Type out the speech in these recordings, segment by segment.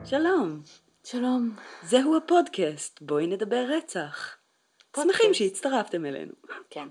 שלום. שלום. זהו הפודקאסט, בואי נדבר רצח. שמחים שהצטרפתם אלינו. כן.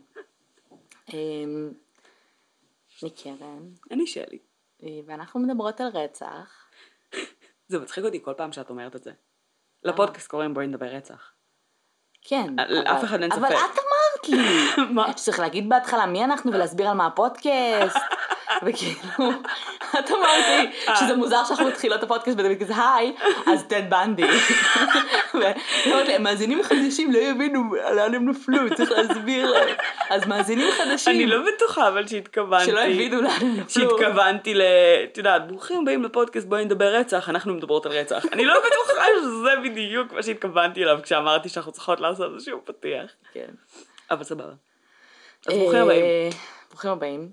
אני קרן. אני שלי. ואנחנו מדברות על רצח. זה מצחיק אותי כל פעם שאת אומרת את זה. לפודקאסט קוראים בואי נדבר רצח. כן. אף אחד אין ספק. אבל את אמרת לי. מה? שצריך להגיד בהתחלה מי אנחנו ולהסביר על מה הפודקאסט. וכאילו, את אמרת לי שזה מוזר שאנחנו מתחילות את הפודקאסט בדבר כזה, היי, אז טד בנדי. ואומרת לי, מאזינים חדשים לא יבינו לאן הם נפלו, צריך להסביר להם. אז מאזינים חדשים. אני לא בטוחה, אבל שהתכוונתי. שלא יבינו לאן הם נפלו. שהתכוונתי את יודעת, ברוכים הבאים לפודקאסט בואי נדבר רצח, אנחנו מדברות על רצח. אני לא בטוחה שזה בדיוק מה שהתכוונתי אליו כשאמרתי שאנחנו צריכות לעשות איזשהו פתיח. כן. אבל סבבה. אז ברוכים הבאים. ברוכים הבאים.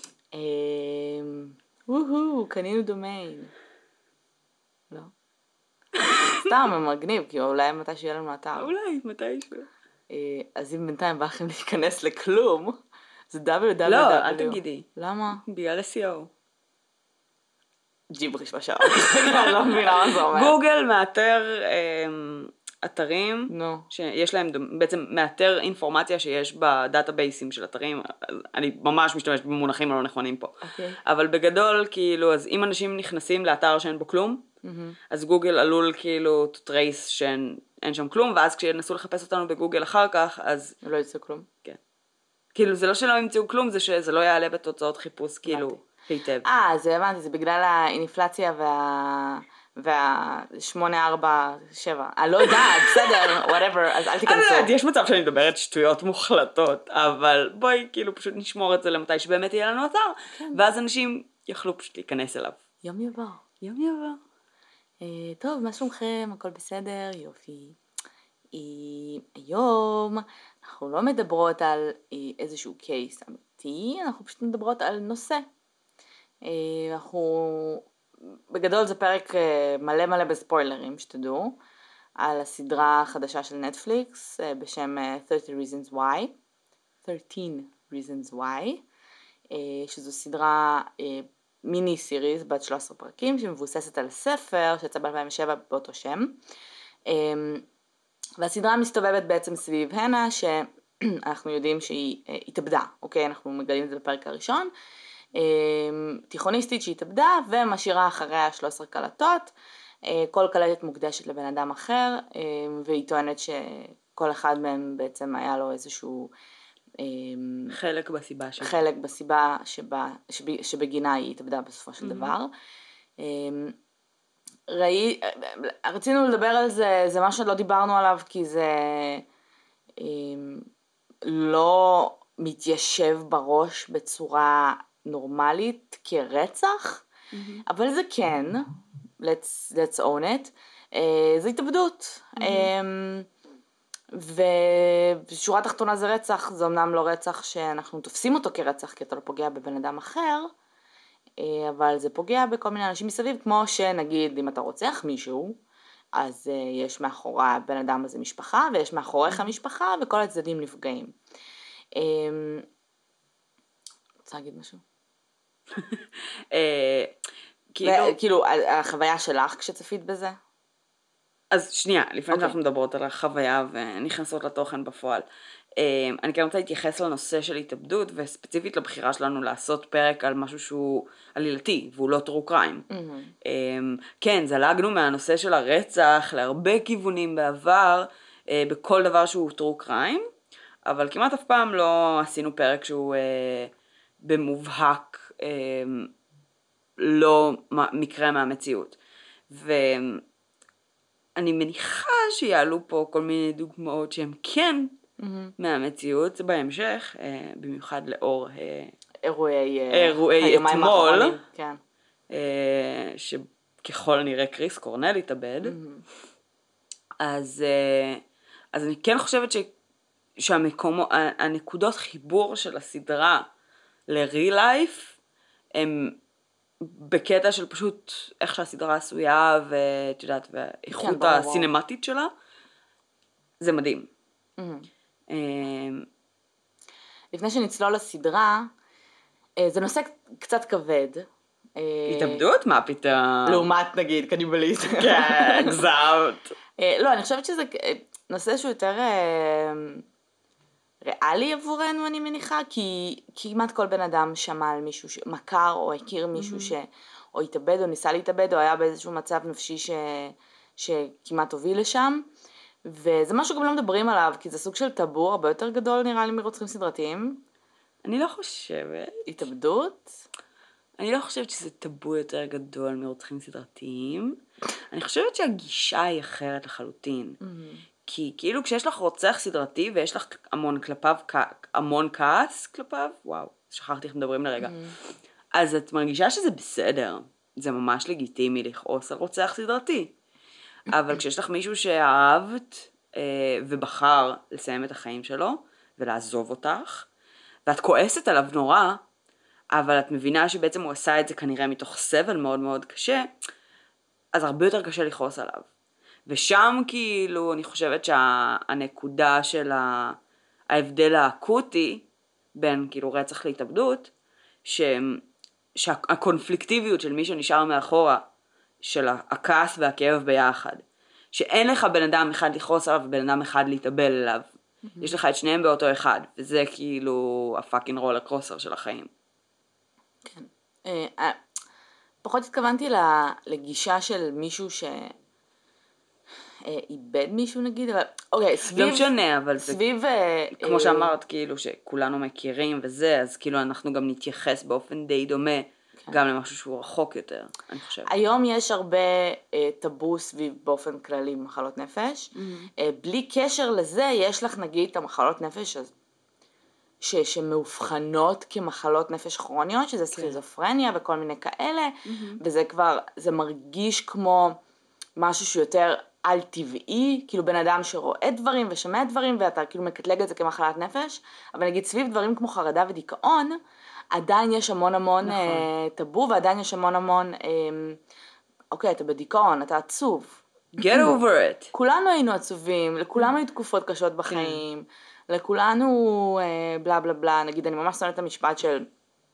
קנינו דומיין. לא. סתם, מגניב, כי אולי מתי שיהיה לנו אתר. אולי, מתישהו. אז אם בינתיים בא לכם להיכנס לכלום, זה www. לא, אל תגידי. למה? בגלל SEO. ג'יבריש בשעה. אני לא מבינה מה זה אומר. גוגל מאתר אתרים, נו. שיש להם, בעצם מאתר אינפורמציה שיש בדאטאבייסים של אתרים, אני ממש משתמשת במונחים לא נכונים פה. אוקיי. אבל בגדול, כאילו, אז אם אנשים נכנסים לאתר שאין בו כלום, אז גוגל עלול כאילו to trace שאין שם כלום, ואז כשינסו לחפש אותנו בגוגל אחר כך, אז... לא יצא כלום. כן. כאילו, זה לא שלא ימצאו כלום, זה שזה לא יעלה בתוצאות חיפוש, כאילו, היטב. זה הבנתי, זה בגלל האינפלציה וה-847, אני לא יודעת, בסדר, whatever, אז אל תיכנסו. יש מצב שאני מדברת שטויות מוחלטות, אבל בואי כאילו פשוט נשמור את זה למתי שבאמת יהיה לנו אתר, ואז אנשים יוכלו פשוט להיכנס אליו. יום יבוא. יום יבוא. טוב, מה שלומכם? הכל בסדר? יופי. היום אנחנו לא מדברות על איזשהו קייס אמיתי, אנחנו פשוט מדברות על נושא. בגדול זה פרק מלא בספוילרים, שתדעו, על הסדרה החדשה של נטפליקס בשם 13 Reasons Why, שזו סדרה מיני סיריז בת 13 פרקים שמבוססת על ספר שיצא ב-2007 באותו שם, והסדרה מסתובבת בעצם סביב הנה שאנחנו יודעים שהיא התאבדה, אוקיי? אנחנו מגלים את זה בפרק הראשון, תיכוניסטית שהתאבדה ומשאירה אחריה 13 קלטות, כל קלטת מוקדשת לבן אדם אחר, והיא טוענת שכל אחד מהם בעצם היה לו איזשהו חלק בסיבה שבגינה היא התאבדה בסופו של דבר. רצינו לדבר על זה, זה מה שלא דיברנו עליו כי זה לא מתיישב בראש בצורה נורמלית כרצח, אבל זה כן, let's own it, זה התאבדות. ובשורה התחתונה זה רצח, זה אמנם לא רצח שאנחנו תופסים אותו כרצח כי אתה לא פוגע בבן אדם אחר, אבל זה פוגע בכל מיני אנשים מסביב, כמו שנגיד אם אתה רוצח מישהו, אז יש מאחורי הבן אדם הזה משפחה, ויש מאחוריך משפחה, וכל הצדדים נפגעים. רוצה להגיד משהו? כאילו, החוויה שלך כשצפית בזה? אז שנייה, לפני שאנחנו מדברות על החוויה ונכנסות לתוכן בפועל, אני כן רוצה להתייחס לנושא של התאבדות, וספציפית לבחירה שלנו לעשות פרק על משהו שהוא עלילתי, והוא לא true crime. כן, זלגנו מהנושא של הרצח להרבה כיוונים בעבר, בכל דבר שהוא true crime, אבל כמעט אף פעם לא עשינו פרק שהוא במובהק לא מקרה מהמציאות. ואני מניחה שיעלו פה כל מיני דוגמאות שהן כן מהמציאות בהמשך, במיוחד לאור אירועי אתמול, שככל הנראה קריס קורנל התאבד. אז אני כן חושבת שהנקודות חיבור של הסדרה ל-real life הם בקטע של פשוט איך שהסדרה עשויה ואת יודעת, והאיכות הסינמטית שלה, זה מדהים. לפני שנצלול לסדרה, זה נושא קצת כבד, התאבדות? מה פתאום? לעומת נגיד קניבליסט. כן, גזמת. לא, אני חושבת שזה נושא שהוא יותר ריאלי עבורנו, אני מניחה, כי כמעט כל בן אדם שמע על מישהו שמכר או הכיר מישהו או התאבד או ניסה להתאבד או היה באיזשהו מצב נפשי שכמעט הוביל לשם. וזה משהו גם לא מדברים עליו, כי זה סוג של טאבו הרבה יותר גדול נראה לי מרוצחים סדרתיים. אני לא חושבת. התאבדות? אני לא חושבת שזה טאבו יותר גדול מרוצחים סדרתיים. אני חושבת שהגישה היא אחרת לחלוטין. כי כאילו כשיש לך רוצח סדרתי ויש לך המון כעס כלפיו, וואו, שכחתי איך מדברים לרגע. אז את מרגישה שזה בסדר. זה ממש לגיטימי לכעוס על רוצח סדרתי. אבל כשיש לך מישהו שאהבת ובחר לסיים את החיים שלו ולעזוב אותך, ואת כועסת עליו נורא, אבל את מבינה שבעצם הוא עשה את זה כנראה מתוך סבל מאוד מאוד קשה, אז הרבה יותר קשה לכעוס עליו. ושם כאילו אני חושבת שהנקודה של ההבדל האקוטי בין כאילו רצח להתאבדות, שהקונפליקטיביות של מי שנשאר מאחורה, של הכעס והכאב ביחד, שאין לך בן אדם אחד לכעוס עליו ובן אדם אחד להתאבל אליו. יש לך את שניהם באותו אחד, וזה כאילו הפאקינג רולר קוסטר של החיים. כן. פחות התכוונתי לגישה של מישהו שאיבד מישהו נגיד, אבל אוקיי, סביב... לא משנה, אבל סביב... זה, כמו שאמרת, כאילו שכולנו מכירים וזה, אז כאילו אנחנו גם נתייחס באופן די דומה, גם למשהו שהוא רחוק יותר, אני חושבת. היום יש הרבה טאבו סביב באופן כללי במחלות נפש. בלי קשר לזה, יש לך נגיד את המחלות נפש שמאובחנות כמחלות נפש כרוניות, שזה סכיזופרניה וכל מיני כאלה, וזה כבר, זה מרגיש כמו משהו שיותר על טבעי, כאילו בן אדם שרואה דברים ושומע דברים, ואתה כאילו מקטלג את זה כמחלת נפש, אבל נגיד סביב דברים כמו חרדה ודיכאון, עדיין יש המון טאבו, ועדיין יש המון, אוקיי, אתה בדיכאון, אתה עצוב. Get over it. כולנו היינו עצובים, לכולנו היו תקופות קשות בחיים, לכולנו בלה בלה בלה, נגיד אני ממש שונאת את המשפט של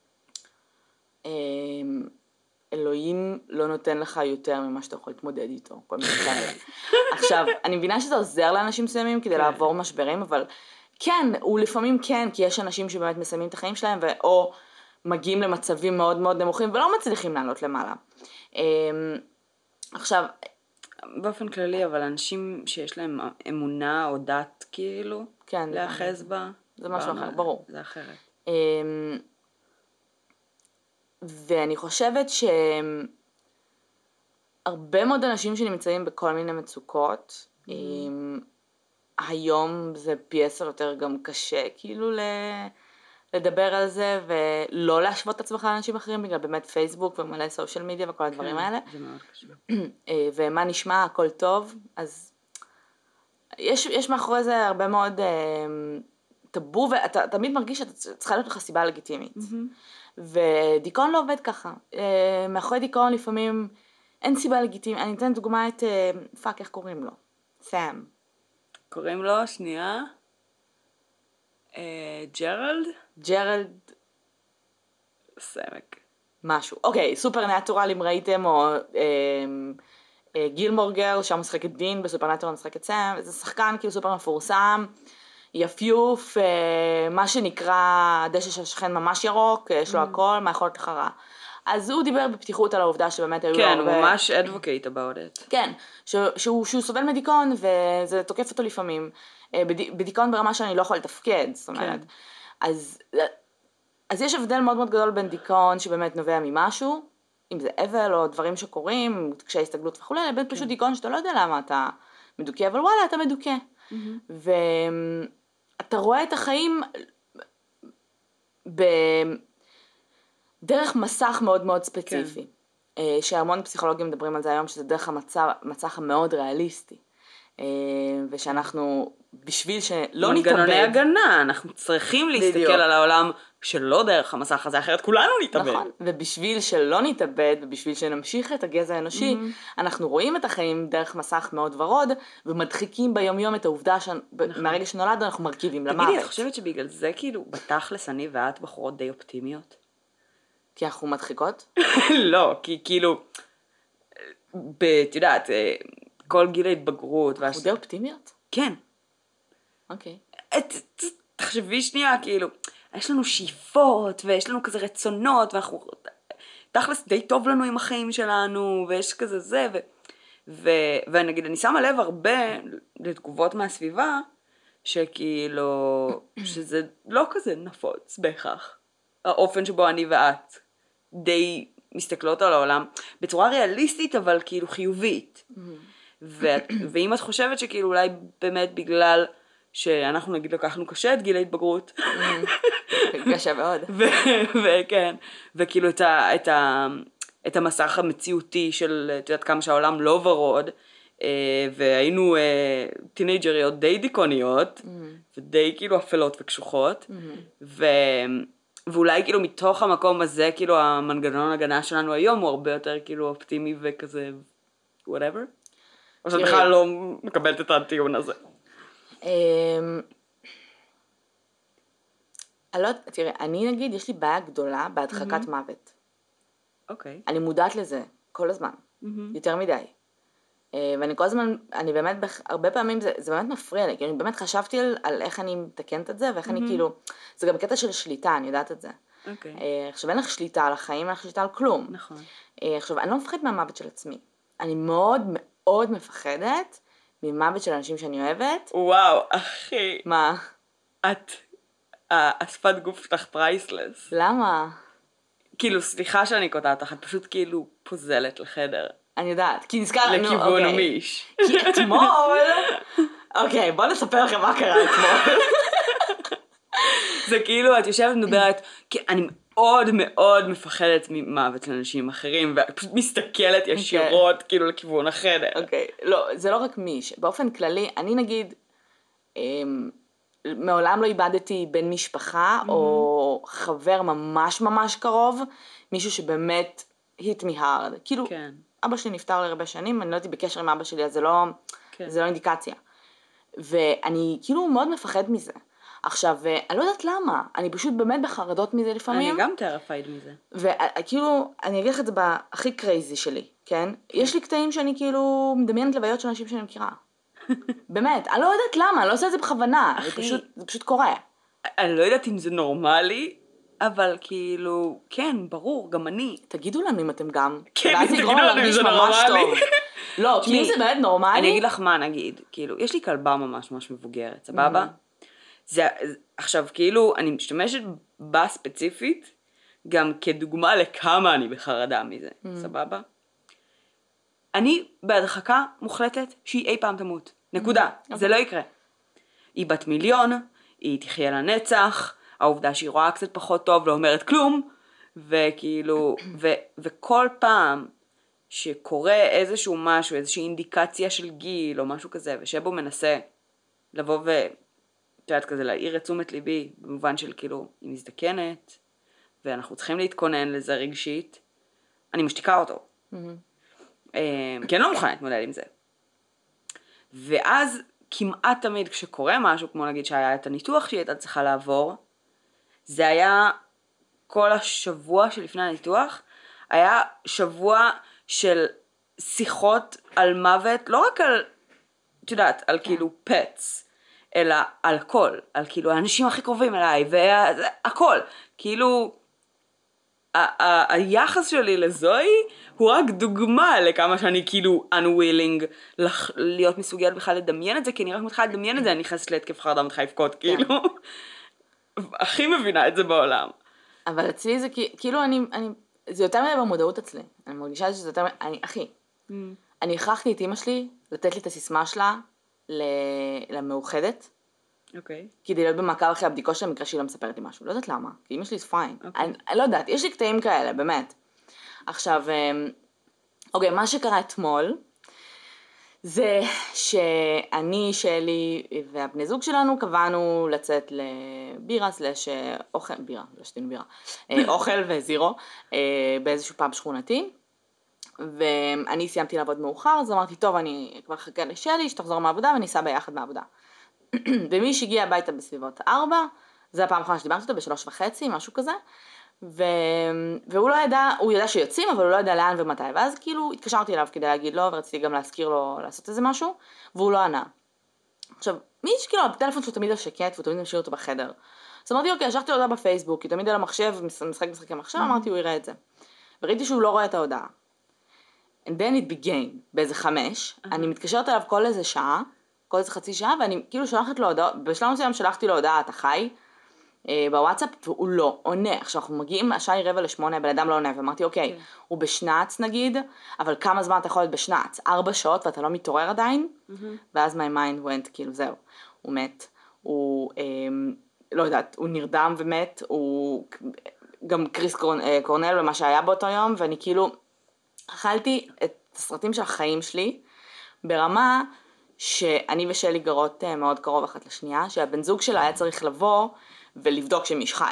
אלוהים לא נותן לך יותר ממה שאתה יכול להתמודד איתו, כל מיני כאלה. עכשיו, אני מבינה שזה עוזר לאנשים מסוימים כדי לעבור משברים, אבל כן, הוא לפעמים כן, כי יש אנשים שבאמת מסיימים את החיים שלהם, או מגיעים למצבים מאוד מאוד נמוכים, ולא מצליחים לעלות למעלה. עכשיו, באופן כללי, אבל אנשים שיש להם אמונה או דת כאילו, כן, להאחז בה. זה משהו אחר, ברור. זה אחרת. ואני חושבת שהרבה מאוד אנשים שנמצאים בכל מיני מצוקות, היום זה פי 10 יותר גם קשה כאילו לדבר על זה, ולא להשוות את עצמך לאנשים אחרים, בגלל באמת פייסבוק ומלא סושיאל מדיה וכל הדברים האלה. זה מאוד קשה. ומה נשמע, הכל טוב, אז יש מאחורי זה הרבה מאוד טאבו, ואתה תמיד מרגיש שאתה צריכה להיות לך סיבה לגיטימית. ודיכאון לא עובד ככה. מאחורי דיכאון לפעמים אין סיבה לגיטימית. אני אתן דוגמה את, פאק, איך קוראים לו? סאם. קוראים לו, שנייה, ג'רלד? ג'רלד. סמק. משהו. אוקיי, סופרנטורל אם ראיתם, או גילמור גרל, שם משחק את דין, בסופרנטורל משחק את סאם. זה שחקן כאילו סופר מפורסם, יפיוף, מה שנקרא דשא של שכן ממש ירוק, יש לו הכל, מה יכול להיות לך רע. אז הוא דיבר בפתיחות על העובדה שבאמת היו לו כן, הוא ממש advocate about it. כן, שהוא סובל מדיכאון וזה תוקף אותו לפעמים. בדיכאון ברמה שאני לא יכולה לתפקד, זאת אומרת. אז יש הבדל מאוד מאוד גדול בין דיכאון שבאמת נובע ממשהו, אם זה אבל או דברים שקורים, קשיי הסתגלות וכו', לבין פשוט דיכאון שאתה לא יודע למה אתה מדוכא, אבל וואלה, אתה מדוכא. ואתה רואה את החיים דרך מסך מאוד מאוד ספציפי, שהמון פסיכולוגים מדברים על זה היום, שזה דרך המסך המאוד ריאליסטי, ושאנחנו בשביל שלא נתאבד. מנגנוני הגנה, אנחנו צריכים להסתכל על העולם שלא דרך המסך הזה, אחרת כולנו נתאבד. נכון, ובשביל שלא נתאבד, ובשביל שנמשיך את הגזע האנושי, אנחנו רואים את החיים דרך מסך מאוד ורוד, ומדחיקים ביום יום את העובדה שמהרגע שנולד אנחנו מרכיבים למוות. תגידי, את חושבת שבגלל זה כאילו בתכלס אני ואת בחורות די אופטימיות? כי אנחנו מדחיקות? לא, כי כאילו, את יודעת, כל גיל ההתבגרות. אנחנו די אופטימיות? כן. אוקיי. תחשבי שנייה, כאילו, יש לנו שאיפות, ויש לנו כזה רצונות, ואנחנו, תכלס די טוב לנו עם החיים שלנו, ויש כזה זה, ונגיד, אני שמה לב הרבה לתגובות מהסביבה, שכאילו, שזה לא כזה נפוץ בהכרח. האופן שבו אני ואת די מסתכלות על העולם, בצורה ריאליסטית, אבל כאילו חיובית. ואם את חושבת שכאילו אולי באמת בגלל שאנחנו נגיד לקחנו קשה את גיל ההתבגרות. קשה מאוד. וכן, וכאילו את המסך המציאותי של, את יודעת כמה שהעולם לא ורוד, והיינו טינג'ריות די דיכאוניות, ודי כאילו אפלות וקשוחות, ואולי כאילו מתוך המקום הזה, כאילו המנגנון הגנה שלנו היום הוא הרבה יותר כאילו אופטימי וכזה, whatever. או שאת בכלל לא מקבלת את הטיעון הזה. תראה, אני נגיד, יש לי בעיה גדולה בהדחקת מוות. אוקיי. אני מודעת לזה כל הזמן, יותר מדי. ואני כל הזמן, אני באמת, הרבה פעמים זה באמת מפריע לי, כי אני באמת חשבתי על איך אני מתקנת את זה, ואיך אני כאילו, זה גם קטע של שליטה, אני יודעת את זה. אוקיי. עכשיו אין לך שליטה על החיים, אין לך שליטה על כלום. נכון. עכשיו, אני לא מפחדת מהמוות של עצמי. אני מאוד מאוד מפחדת ממוות של אנשים שאני אוהבת. וואו, אחי. מה? השפת גוף שלך פרייסלס. למה? כאילו, סליחה שאני קוטעת לך, את פשוט כאילו פוזלת לחדר. אני יודעת, כי נזכר... לכיוון המיש. כי אתמול... אוקיי, בוא נספר לכם מה קרה אתמול. זה כאילו, את יושבת ומדברת, כי אני מאוד מאוד מפחדת ממוות של אנשים אחרים, ופשוט מסתכלת ישירות כאילו לכיוון החדר. אוקיי, לא, זה לא רק מיש. באופן כללי, אני נגיד, מעולם לא איבדתי בן משפחה, או חבר ממש ממש קרוב, מישהו שבאמת hit me hard. כאילו, אבא שלי נפטר להרבה שנים, אני לא הייתי בקשר עם אבא שלי, אז זה לא אינדיקציה. ואני כאילו מאוד מפחד מזה. עכשיו, אני לא יודעת למה, אני פשוט באמת בחרדות מזה לפעמים. אני גם טרפייד מזה. וכאילו, אני אגיד לך את זה בהכי קרייזי שלי, כן? יש לי קטעים שאני כאילו מדמיינת לוויות של אנשים שאני מכירה. באמת, אני לא יודעת למה, אני לא עושה את זה בכוונה, זה פשוט קורה. אני לא יודעת אם זה נורמלי, אבל כאילו, כן, ברור, גם אני. תגידו לנו אם אתם גם. כן, תגידו לנו אם זה נורמלי. לא, כי אם זה באמת נורמלי. אני אגיד לך מה נגיד, כאילו, יש לי כלבה ממש ממש מבוגרת, סבבה? עכשיו, כאילו, אני משתמשת בה ספציפית, גם כדוגמה לכמה אני בחרדה מזה, סבבה? אני בהדחקה מוחלטת שהיא אי פעם תמות. נקודה. זה לא יקרה. היא בת מיליון, היא תחיה לנצח, העובדה שהיא רואה קצת פחות טוב לא אומרת כלום, וכאילו, וכל פעם שקורה איזשהו משהו, איזושהי אינדיקציה של גיל או משהו כזה, ושבו מנסה לבוא את יודעת כזה להעיר את תשומת ליבי, במובן של כאילו, היא מזדקנת, ואנחנו צריכים להתכונן לזה רגשית, אני משתיקה אותו. כי אני לא מוכנה להתמודד עם זה. ואז כמעט תמיד כשקורה משהו, כמו נגיד שהיה את הניתוח שהיא הייתה צריכה לעבור, זה היה כל השבוע שלפני הניתוח, היה שבוע של שיחות על מוות, לא רק על, את יודעת, על כאילו פטס, אלא על הכל, על כאילו האנשים הכי קרובים אליי, והכל, כאילו, היחס שלי לזוהי הוא רק דוגמה לכמה שאני כאילו unwilling להיות מסוגלת בכלל לדמיין את זה, כי אני רק מתחילה לדמיין את זה, אני נכנסת להתקף חרדה, מתחילה לבכות, כאילו, הכי מבינה את זה בעולם. אבל אצלי זה כאילו, זה יותר מדי במודעות אצלי, אני מרגישה שזה יותר, אחי, אני הכרחתי את אמא שלי לתת לי את הסיסמה שלה למאוחדת, כדי להיות במעקב אחרי הבדיקות של המקרה שהיא לא מספרת לי משהו, לא יודעת למה, כי אמא שלי is fine, אני לא יודעת, יש לי קטעים כאלה, באמת. עכשיו, אוקיי, מה שקרה אתמול, זה שאני, שלי והבני זוג שלנו קבענו לצאת לבירה סלש אוכל, בירה, לא שתינו בירה, אוכל וזירו, באיזשהו פאב שכונתי, ואני סיימתי לעבוד מאוחר, אז אמרתי, טוב, אני כבר חכה לשלי, שתחזור מהעבודה וניסע ביחד מהעבודה. ומי שהגיע הביתה בסביבות 4, זה הפעם האחרונה שדיברתי אותו, ב3:30, משהו כזה, והוא לא ידע, הוא ידע שיוצאים, אבל הוא לא ידע לאן ומתי, ואז כאילו התקשרתי אליו כדי להגיד לו, ורציתי גם להזכיר לו לעשות איזה משהו, והוא לא ענה. עכשיו, מי שכאילו, הטלפון שלו תמיד על שקט, והוא תמיד משאיר אותו בחדר. אז אמרתי, אוקיי, השלחתי לו הודעה בפייסבוק, כי תמיד על המחשב, משחקי מחשב, אמרתי, הוא יראה את זה. וראיתי שהוא לא רואה את ההודעה. And then it began, באיזה 5, אני מתקשרת אליו כל איזה שעה, כל איזה חצי שעה, ואני כאילו שולחת לו הודעה, בשלב מסוים שלחתי לו הודעה, אתה חי, בוואטסאפ, והוא לא עונה. עכשיו אנחנו מגיעים, השעה היא 7:45, הבן אדם לא עונה, ואמרתי, אוקיי, הוא בשנץ נגיד, אבל כמה זמן אתה יכול להיות בשנץ? 4 שעות ואתה לא מתעורר עדיין? ואז my mind went, כאילו זהו, הוא מת, הוא, לא יודעת, הוא נרדם ומת, הוא גם קריס קורנל במה שהיה באותו יום, ואני כאילו, אכלתי את הסרטים של החיים שלי, ברמה שאני ושלי גרות מאוד קרוב אחת לשנייה, שהבן זוג שלה היה צריך לבוא ולבדוק שמיש חי.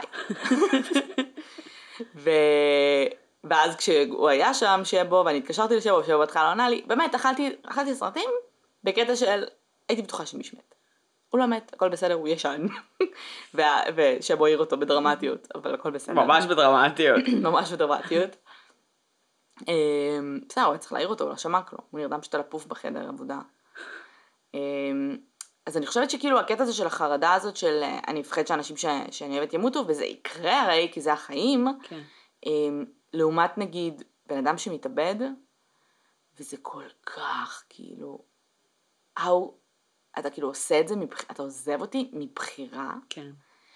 ואז כשהוא היה שם שבו, ואני התקשרתי לשבו, שבו התחילה לא עונה לי, באמת, אכלתי סרטים בקטע של, הייתי בטוחה שמיש מת. הוא לא מת, הכל בסדר, הוא ישן. ושבו העיר אותו בדרמטיות, אבל הכל בסדר. ממש בדרמטיות. ממש בדרמטיות. בסדר, הוא היה צריך להעיר אותו, הוא לא שמע כלום. הוא נרדם שאתה לפוף בחדר עבודה. אז אני חושבת שכאילו הקטע הזה של החרדה הזאת של אני מפחד שאנשים שאני אוהבת ימותו, וזה יקרה הרי, כי זה החיים. כן. לעומת נגיד בן אדם שמתאבד, וזה כל כך כאילו, אתה כאילו עושה את זה, אתה עוזב אותי מבחירה. כן.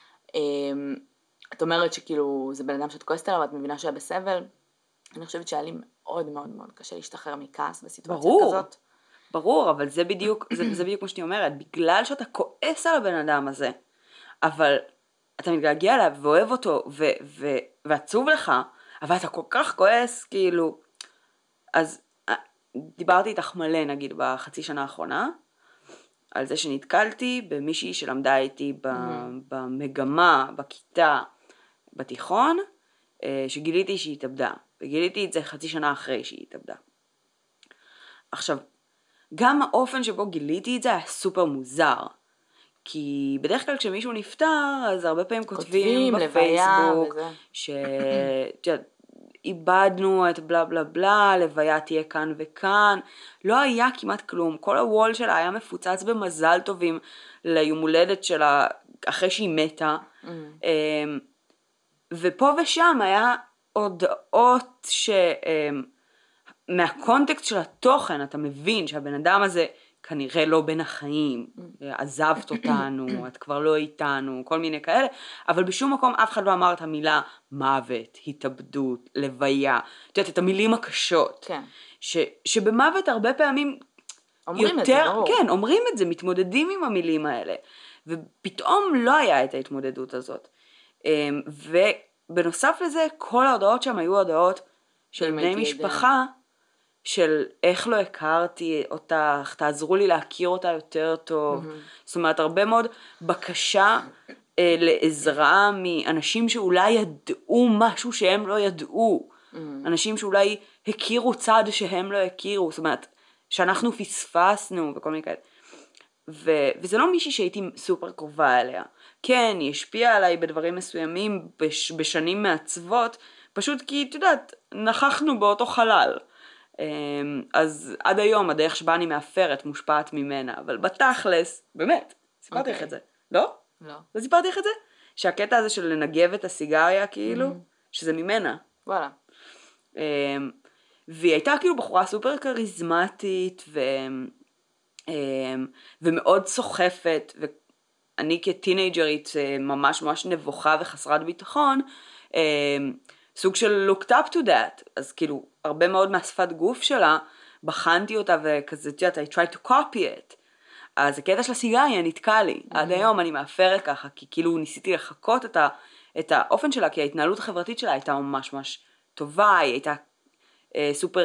את אומרת שכאילו זה בן אדם שאת כועסת עליו, ואת מבינה שהיה בסבל. אני חושבת שהיה לי מאוד מאוד מאוד קשה להשתחרר מכעס בסיטואציה כזאת. ברור, אבל זה בדיוק מה שאני אומרת, בגלל שאתה כועס על הבן אדם הזה, אבל אתה מתגעגע אליו ואוהב אותו, ועצוב לך, אבל אתה כל כך כועס, כאילו, אז דיברתי איתך מלא, נגיד, בחצי שנה האחרונה, על זה שנתקלתי במישהי שלמדה איתי במגמה, בכיתה, בתיכון, שגיליתי שהיא התאבדה, וגיליתי את זה חצי שנה אחרי שהיא התאבדה. עכשיו, גם האופן שבו גיליתי את זה היה סופר מוזר, כי בדרך כלל כשמישהו נפטר, אז הרבה פעמים כותבים בפייסבוק, שאיבדנו את בלה בלה בלה, לוויה תהיה כאן וכאן, לא היה כמעט כלום, כל הוול שלה היה מפוצץ במזל טובים ליום הולדת שלה, אחרי שהיא מתה, ופה ושם היה הודעות מהקונטקסט של התוכן, אתה מבין שהבן אדם הזה כנראה לא בין החיים, עזבת אותנו, את כבר לא איתנו, כל מיני כאלה, אבל בשום מקום אף אחד לא אמר את המילה מוות, התאבדות, לוויה, את יודעת, את המילים הקשות, כן. שבמוות הרבה פעמים אומרים יותר, את זה, ברור. כן, אומרים את זה, מתמודדים עם המילים האלה, ופתאום לא היה את ההתמודדות הזאת, ובנוסף לזה, כל ההודעות שם היו הודעות של בני משפחה, של איך לא הכרתי אותך, תעזרו לי להכיר אותה יותר טוב, זאת אומרת הרבה מאוד בקשה לעזרה מאנשים שאולי ידעו משהו שהם לא ידעו, אנשים שאולי הכירו צד שהם לא הכירו, זאת אומרת שאנחנו פספסנו וכל מיני כאלה, וזה לא מישהי שהייתי סופר קרובה אליה, כן היא השפיעה עליי בדברים מסוימים בשנים מעצבות, פשוט כי את יודעת נכחנו באותו חלל, אז עד היום הדרך שבה אני מאפרת מושפעת ממנה, אבל בתכלס, באמת, סיפרתי לך את זה, לא? לא. לא סיפרתי לך את זה? שהקטע הזה של לנגב את הסיגריה כאילו, שזה ממנה. וואלה. והיא הייתה כאילו בחורה סופר קריזמטית ומאוד סוחפת, ואני כטינג'רית ממש ממש נבוכה וחסרת ביטחון, סוג של looked up to that, אז כאילו הרבה מאוד מהשפת גוף שלה, בחנתי אותה וכזה, I tried to copy it, אז הקטע של הסיגריה נתקע לי, עד היום אני מאפרת ככה, כי כאילו ניסיתי לחכות את האופן שלה, כי ההתנהלות החברתית שלה הייתה ממש ממש טובה, היא הייתה סופר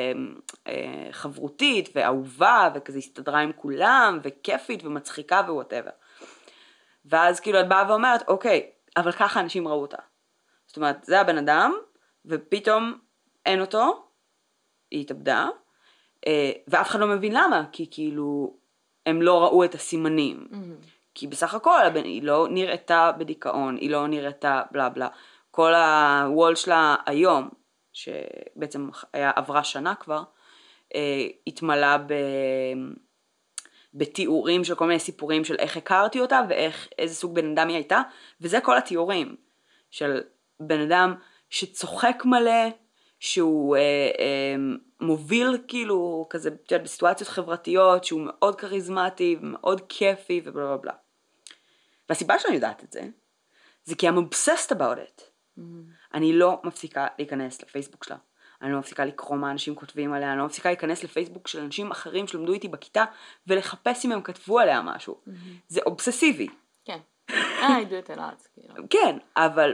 חברותית ואהובה, וכזה הסתדרה עם כולם, וכיפית ומצחיקה ווואטאבר. ואז כאילו את באה ואומרת, אוקיי, אבל ככה אנשים ראו אותה. זאת אומרת, זה הבן אדם, ופתאום אין אותו, היא התאבדה, ואף אחד לא מבין למה, כי כאילו הם לא ראו את הסימנים. כי בסך הכל היא לא נראתה בדיכאון, היא לא נראתה בלה בלה. כל הוול שלה היום, שבעצם עברה שנה כבר, התמלא בתיאורים של כל מיני סיפורים של איך הכרתי אותה ואיזה סוג בן אדם היא הייתה, וזה כל התיאורים של בן אדם שצוחק מלא, שהוא מוביל כאילו כזה בסיטואציות חברתיות, שהוא מאוד קריזמטי ומאוד כיפי ובלה בלה. והסיבה שאני יודעת את זה, זה כי I'm obsessed about it. אני לא מפסיקה להיכנס לפייסבוק שלה. אני לא מפסיקה לקרוא מה אנשים כותבים עליה, אני לא מפסיקה להיכנס לפייסבוק של אנשים אחרים שלמדו איתי בכיתה, ולחפש אם הם כתבו עליה משהו. זה אובססיבי. כן. I do it a lot. כן, אבל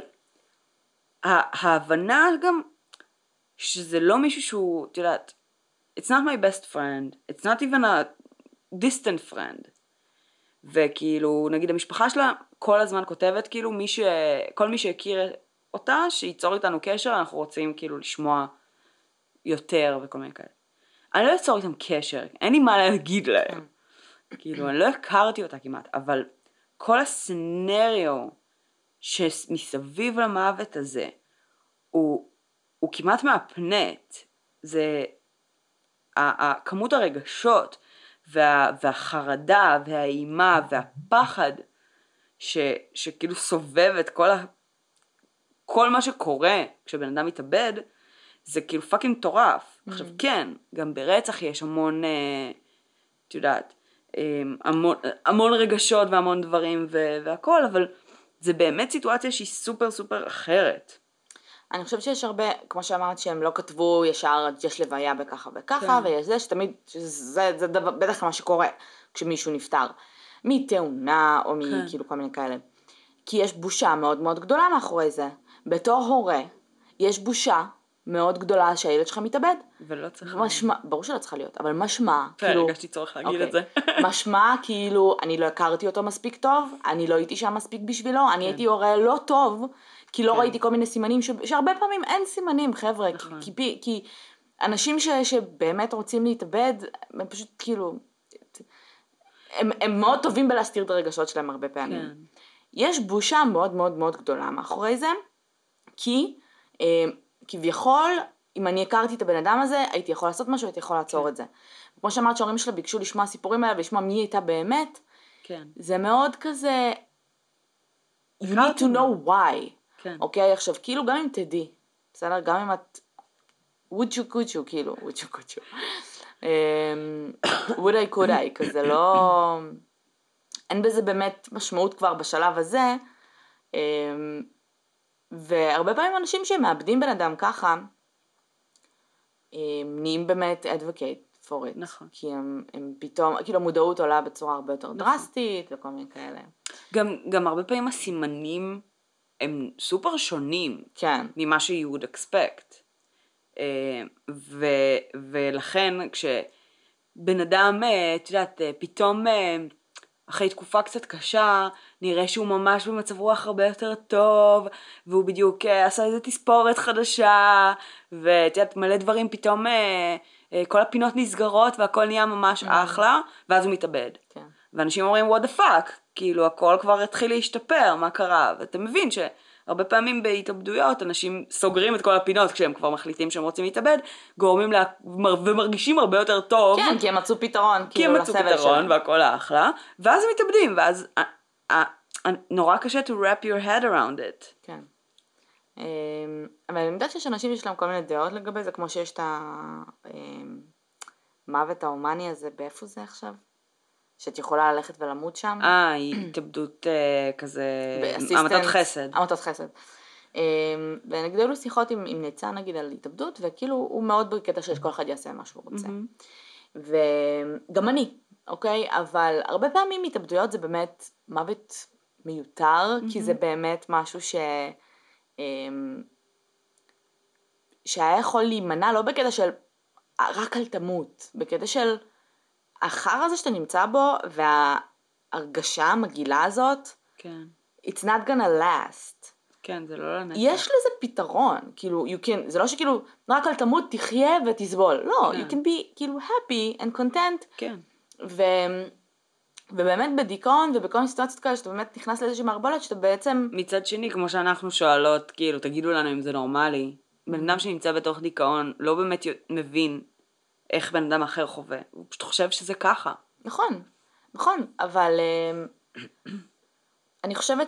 ההבנה גם, שזה לא מישהו שהוא, את יודעת, it's not my best friend, it's not even a distant friend. וכאילו, נגיד המשפחה שלה כל הזמן כותבת, כאילו כל מי שהכיר אותה, שייצור איתנו קשר, אנחנו רוצים כאילו לשמוע יותר וכל מיני כאלה. אני לא אצור איתם קשר, אין לי מה להגיד להם. כאילו, אני לא הכרתי אותה כמעט, אבל כל הסנריו שמסביב למוות הזה, הוא כמעט מהפנט. זה כמות הרגשות והחרדה והאימה והפחד שכאילו סובב את כל מה שקורה כשבן אדם מתאבד, זה כאילו פאקינג מטורף. עכשיו כן, גם ברצח יש המון, את יודעת, המון רגשות והמון דברים והכל, אבל זה באמת סיטואציה שהיא סופר סופר אחרת. אני חושבת שיש הרבה, כמו שאמרת, שהם לא כתבו ישר, יש לוויה בככה וככה, ויש זה שתמיד, זה בטח מה שקורה כשמישהו נפטר, מתאונה או מכאילו כל מיני כאלה. כי יש בושה מאוד מאוד גדולה מאחורי זה. בתור הורה, יש בושה מאוד גדולה שהילד שלך מתאבד. ולא צריך. ברור שלא צריכה להיות, אבל משמע, כאילו. הרגשתי צורך להגיד את זה. משמע, כאילו, אני לא הכרתי אותו מספיק טוב, אני לא הייתי שם מספיק בשבילו, אני הייתי הורה לא טוב, כי לא ראיתי כל מיני סימנים, שהרבה פעמים אין סימנים, חבר'ה, כי אנשים שבאמת רוצים להתאבד, הם פשוט כאילו, הם מאוד טובים בלהסתיר את הרגשות שלהם הרבה פעמים. יש בושה מאוד מאוד מאוד גדולה מאחורי זה, כי כביכול, אם אני הכרתי את הבן אדם הזה, הייתי יכול לעשות משהו, הייתי יכול לעצור את זה. כמו שאמרת שההורים שלה ביקשו לשמוע סיפורים האלה, ולשמוע מי הייתה באמת, זה מאוד כזה, you need to know why. אוקיי, עכשיו, כאילו גם אם תדעי, בסדר, גם אם את, would you, כאילו, would you. would I, could I, כזה לא, אין בזה באמת משמעות כבר בשלב הזה, והרבה פעמים אנשים שמאבדים בן אדם ככה, נהיים באמת advocate for it. נכון. כי הם פתאום, כאילו המודעות עולה בצורה הרבה יותר דרסטית, וכל מיני כאלה. גם הרבה פעמים הסימנים הם סופר שונים. כן. ממה you would expect. ולכן כשבן אדם, את יודעת, פתאום אחרי תקופה קצת קשה, נראה שהוא ממש במצב רוח הרבה יותר טוב, והוא בדיוק עשה איזו תספורת חדשה, ואת יודעת, מלא דברים פתאום, כל הפינות נסגרות, והכל נהיה ממש אחלה, ואז הוא מתאבד. כן. ואנשים אומרים, what the fuck? כאילו, הכל כבר התחיל להשתפר, מה קרה? ואתה מבין שהרבה פעמים בהתאבדויות, אנשים סוגרים את כל הפינות, כשהם כבר מחליטים שהם רוצים להתאבד, גורמים ומרגישים הרבה יותר טוב. כן, כי הם מצאו פתרון. כי הם מצאו פתרון, והכל אחלה, ואז הם מתאבדים, ואז נורא קשה to wrap your head around it. כן. אבל אני יודעת שיש אנשים שיש להם כל מיני דעות לגבי זה, כמו שיש את המוות ההומני הזה, באיפה זה עכשיו? שאת יכולה ללכת ולמות שם. התאבדות כזה, עמותת חסד. עמותת חסד. ונגיד היו לו שיחות עם ניצן נגיד על התאבדות, וכאילו הוא מאוד בקטע שיש כל אחד יעשה מה שהוא רוצה. וגם אני, אוקיי? אבל הרבה פעמים התאבדויות זה באמת מוות מיותר, כי זה באמת משהו שהיה יכול להימנע, לא בקטע של רק על תמות, בקטע של החר הזה שאתה נמצא בו, וההרגשה המגילה הזאת, כן. it's not gonna last. כן, זה לא לנצח. יש לזה פתרון, כאילו, זה לא שכאילו, רק על תמות תחיה ותסבול, לא, כן. you can be כאילו happy and content. כן. ובאמת בדיכאון ובכל מיני סיטואציות כאלה שאתה באמת נכנס לאיזושהי מערבולת שאתה בעצם... מצד שני, כמו שאנחנו שואלות, כאילו, תגידו לנו אם זה נורמלי, בן אדם שנמצא בתוך דיכאון לא באמת מבין איך בן אדם אחר חווה, הוא פשוט חושב שזה ככה. נכון, נכון, אבל אני חושבת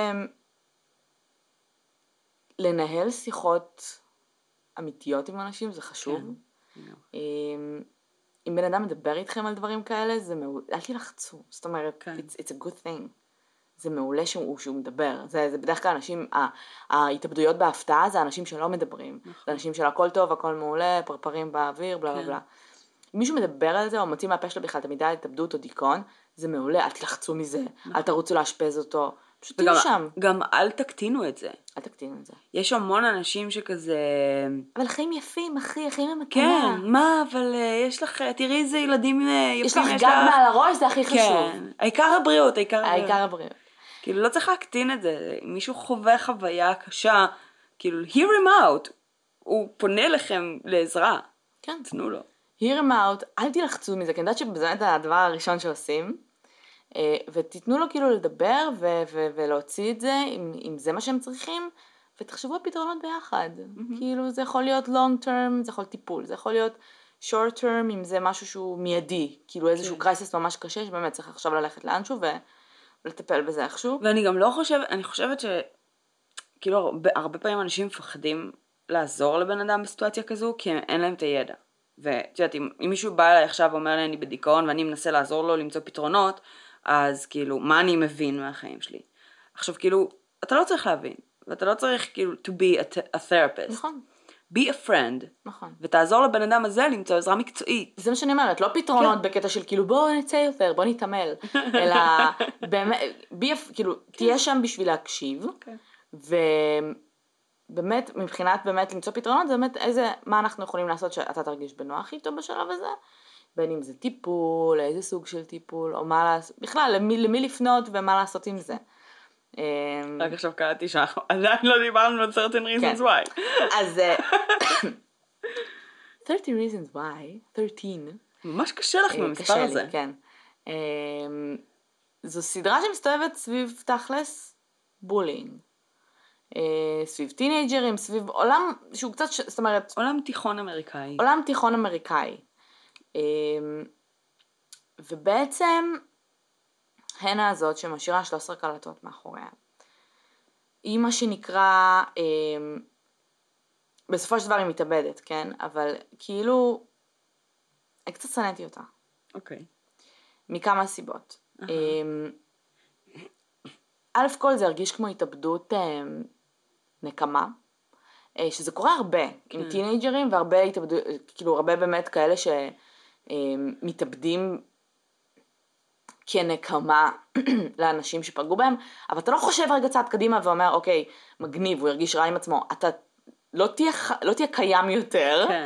לנהל שיחות אמיתיות עם אנשים זה חשוב. כן. אם בן אדם מדבר איתכם על דברים כאלה, זה מעולה, אל תלחצו, זאת אומרת, כן. it's a good thing. זה מעולה שהוא מדבר, זה בדרך כלל אנשים, ההתאבדויות בהפתעה זה אנשים שלא מדברים, זה אנשים של הכל טוב, הכל מעולה, פרפרים באוויר, בלה בלה בלה. אם מישהו מדבר על זה, או מוציא מהפה שלו בכלל את המידה על התאבדות או דיכאון, זה מעולה, אל תלחצו מזה, אל תרוצו לאשפז אותו, פשוט תהיו שם. גם אל תקטינו את זה. אל תקטינו את זה. יש המון אנשים שכזה... אבל חיים יפים, אחי, החיים הם מתנה. כן, מה, אבל יש לך, תראי איזה ילדים יפים יש לך גב מעל הראש, זה הכי חשוב. כן, העיקר הבריאות, העיקר הבריאות. כאילו לא צריך להקטין את זה, אם מישהו חווה חוויה קשה, כאילו hear him out, הוא פונה לכם לעזרה. כן. תנו לו. hear him out, אל תלחצו מזה, כי אני יודעת שבאמת הדבר הראשון שעושים, ותתנו לו כאילו לדבר ולהוציא את זה, אם זה מה שהם צריכים, ותחשבו על פתרונות ביחד. כאילו זה יכול להיות long term, זה יכול להיות טיפול, זה יכול להיות short term, אם זה משהו שהוא מיידי, כאילו איזשהו קרייסס ממש קשה, שבאמת צריך עכשיו ללכת לאנשהו ולטפל בזה איכשהו. ואני גם לא חושבת, אני חושבת כאילו הרבה פעמים אנשים מפחדים לעזור לבן אדם בסיטואציה כזו, כי אין להם את הידע. ואת יודעת, אם מישהו בא אליי עכשיו ואומר לי אני בדיכאון ואני מנסה לעזור לו למצוא פתרונות, אז כאילו, מה אני מבין מהחיים שלי? עכשיו כאילו, אתה לא צריך להבין, ואתה לא צריך כאילו to be a therapist. נכון. be a friend. נכון. ותעזור לבן אדם הזה למצוא עזרה מקצועית. זה מה שאני אומרת, לא פתרונות בקטע של כאילו בוא נצא יותר, בוא נתעמל, אלא באמת, כאילו, תהיה שם בשביל להקשיב, ובאמת, מבחינת באמת למצוא פתרונות, זה באמת מה אנחנו יכולים לעשות שאתה תרגיש בנוח איתו בשלב הזה, בין אם זה טיפול, איזה סוג של טיפול, או מה לעשות, בכלל, למי לפנות ומה לעשות עם זה. רק עכשיו קראתי שאנחנו עדיין לא דיברנו על 13 reasons why. אז 30 reasons why, 13. ממש קשה לך במספר הזה. קשה לי, כן. זו סדרה שמסתובבת סביב תכלס בולינג. סביב טינג'רים, סביב עולם שהוא קצת, זאת אומרת... עולם תיכון אמריקאי. עולם תיכון אמריקאי. ובעצם... הנה הזאת שמשאירה 13 קלטות מאחוריה. היא מה שנקרא, בסופו של דבר היא מתאבדת, כן? אבל כאילו, אני קצת שנאתי אותה. אוקיי. מכמה סיבות. א' כל זה הרגיש כמו התאבדות נקמה, שזה קורה הרבה, עם טינג'רים והרבה התאבדות, כאילו הרבה באמת כאלה שמתאבדים, כנקמה לאנשים שפגעו בהם, אבל אתה לא חושב רגע צעד קדימה ואומר, אוקיי, מגניב, הוא ירגיש רע עם עצמו, אתה לא תהיה קיים יותר. כן.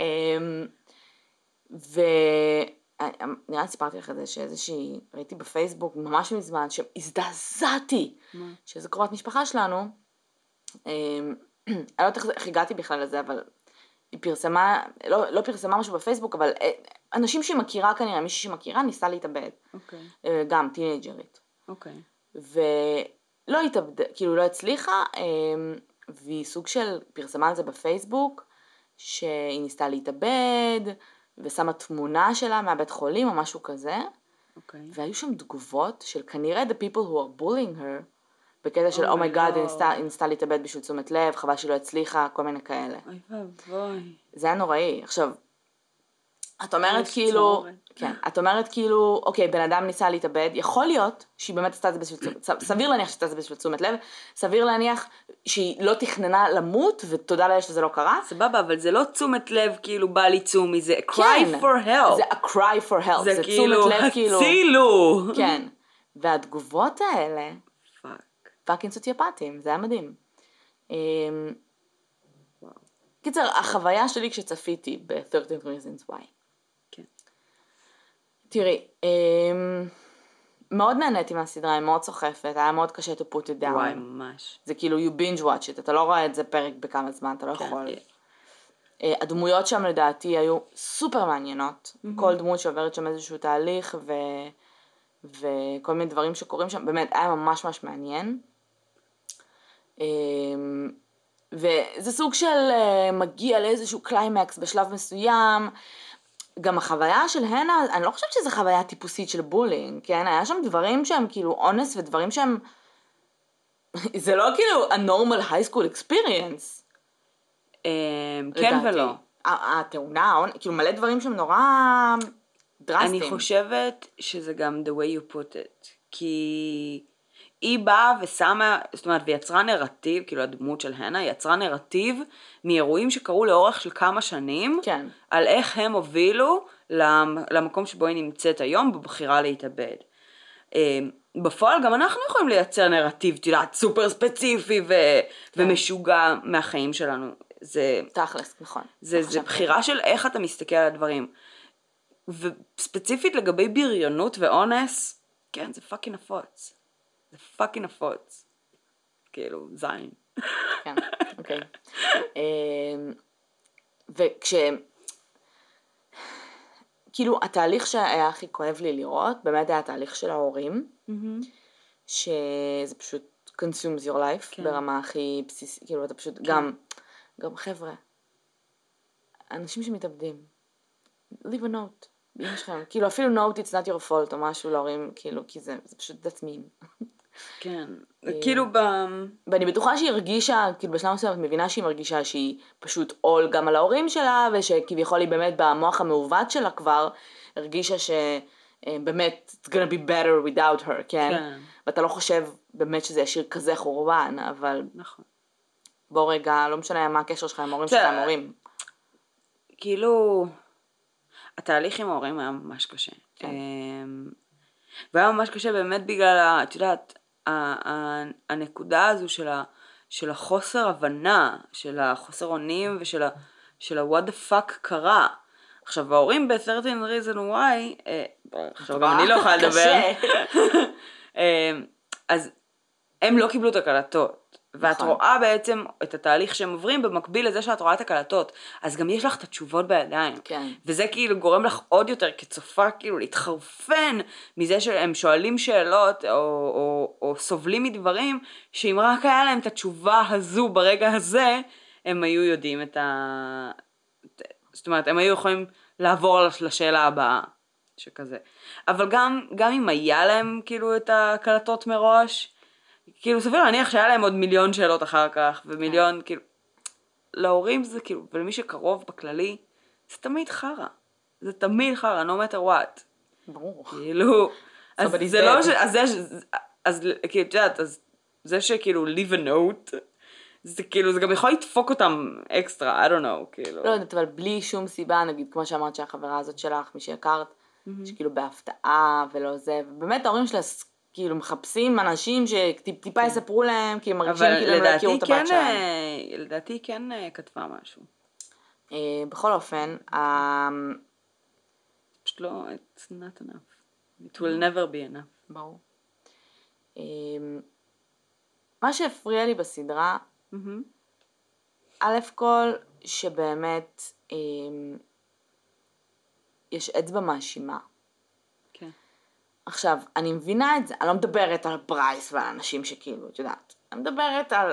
נראה לי סיפרתי לך את זה שאיזושהי, ראיתי בפייסבוק ממש מזמן, שהזדעזעתי, שזה קרובת משפחה שלנו, אני לא יודעת איך הגעתי בכלל לזה, אבל היא פרסמה, לא פרסמה משהו בפייסבוק, אבל אנשים שהיא מכירה כנראה, מישהי שמכירה ניסה להתאבד. אוקיי. גם טינג'רית. אוקיי. ולא התאבדה, כאילו לא הצליחה, והיא סוג של פרסמה על זה בפייסבוק, שהיא ניסתה להתאבד, ושמה תמונה שלה מהבית חולים או משהו כזה. אוקיי. והיו שם תגובות של כנראה the people who are bullying her, בקטע של אומייגאד, היא ניסתה להתאבד בשביל תשומת לב, חבל שלא הצליחה, כל מיני כאלה. אוי ואבוי. זה היה נוראי. עכשיו, את אומרת כאילו, כן, את אומרת כאילו, אוקיי, בן אדם ניסה להתאבד, יכול להיות שהיא באמת עשתה את זה בשביל, סביר להניח שעשתה את זה בשביל תשומת לב, סביר להניח שהיא לא תכננה למות, ותודה לה שזה לא קרה. סבבה, אבל זה לא תשומת לב כאילו בא ליצום מזה, a cry for help. זה a cry for help, זה כאילו, תשומת לב כאילו, הצילו. כן, והתגובות האלה, פאקינג סוציופטים, זה היה מדהים. קיצר, החוויה שלי כשצפיתי ב-13 reasons why. כן. תראי, מאוד נהניתי מהסדרה, היא מאוד סוחפת, היה מאוד קשה to put it down. וואי, ממש. זה כאילו you binge watch it, אתה לא רואה את זה פרק בכמה זמן, אתה לא יכול. הדמויות שם לדעתי היו סופר מעניינות, כל דמות שעוברת שם איזשהו תהליך וכל מיני דברים שקורים שם, באמת היה ממש ממש מעניין. וזה סוג של מגיע לאיזשהו קליימקס בשלב מסוים, גם החוויה של הנה, אני לא חושבת שזו חוויה טיפוסית של בולינג, כן? היה שם דברים שהם כאילו אונס ודברים שהם, זה לא כאילו a normal high school experience. כן ולא. התאונה, כאילו מלא דברים שהם נורא דרסטיים. אני חושבת שזה גם the way you put it, כי היא באה ושמה, זאת אומרת, ויצרה נרטיב, כאילו הדמות של הנה, יצרה נרטיב מאירועים שקרו לאורך של כמה שנים, כן. על איך הם הובילו למקום שבו היא נמצאת היום, בבחירה להתאבד. בפועל גם אנחנו יכולים לייצר נרטיב, תדעת, סופר ספציפי ומשוגע מהחיים שלנו. זה תכלס, נכון. זה בחירה של איך אתה מסתכל על הדברים. וספציפית לגבי בריונות ואונס, כן, זה פאקינג נפוץ. זה פאקינג נפוץ. כאילו, זין. כן, אוקיי. כאילו, התהליך שהיה הכי כואב לי לראות, באמת היה התהליך של ההורים, שזה פשוט consumes your life, ברמה הכי בסיסית, כאילו, אתה פשוט, גם חבר'ה, אנשים שמתאבדים, leave a note, באמא שלכם, כאילו, אפילו note it's not your fault, או משהו להורים, כאילו, כי זה פשוט that's mean. כן, כאילו ואני בטוחה שהיא הרגישה, כאילו בשלב מסוים את מבינה שהיא מרגישה שהיא פשוט עול גם על ההורים שלה, ושכביכול היא באמת במוח המעוות שלה כבר, הרגישה שבאמת it's gonna be better without her, כן? ואתה לא חושב באמת שזה ישיר כזה חורבן, אבל נכון. בוא רגע, לא משנה מה הקשר שלך עם ההורים שלך, עם ההורים. כאילו, התהליך עם ההורים היה ממש קשה. והיה ממש קשה באמת בגלל, את יודעת, הנקודה הזו של החוסר הבנה, של החוסר אונים ושל what the fuck קרה. עכשיו, ההורים ב-13 reason why, עכשיו גם אני לא יכולה לדבר, אז הם לא קיבלו את הקלטות. ואת רואה בעצם את התהליך שהם עוברים במקביל לזה שאת רואה את הקלטות. אז גם יש לך את התשובות בידיים. כן. וזה כאילו גורם לך עוד יותר כצופה כאילו להתחרפן מזה שהם שואלים שאלות או סובלים מדברים שאם רק היה להם את התשובה הזו ברגע הזה, הם היו יודעים זאת אומרת, הם היו יכולים לעבור לשאלה הבאה שכזה. אבל גם אם היה להם כאילו את הקלטות מראש, כאילו סביר להניח שהיה להם עוד מיליון שאלות אחר כך, ומיליון, כאילו, להורים זה כאילו, ולמי שקרוב בכללי, זה תמיד חרה. זה תמיד חרה, no matter what. ברור. כאילו, אז זה לא אז כאילו, את יודעת, אז זה שכאילו leave a note, זה כאילו, זה גם יכול לדפוק אותם אקסטרה, I don't know, כאילו. לא יודעת, אבל בלי שום סיבה, נגיד, כמו שאמרת שהחברה הזאת שלך, מי שהכרת, שכאילו בהפתעה ולא זה, ובאמת ההורים שלה, כאילו מחפשים אנשים שטיפה יספרו להם, כי הם מרגישים כאילו הם לא הכירו את הבת שלהם. אבל לדעתי כן כתבה משהו. בכל אופן, פשוט לא, it's not enough. It will never be enough. ברור. מה שהפריע לי בסדרה, א' כל, שבאמת יש אצבע מאשימה. כן. עכשיו, אני מבינה את זה, אני לא מדברת על ברייס ועל אנשים שכאילו, את יודעת, אני מדברת על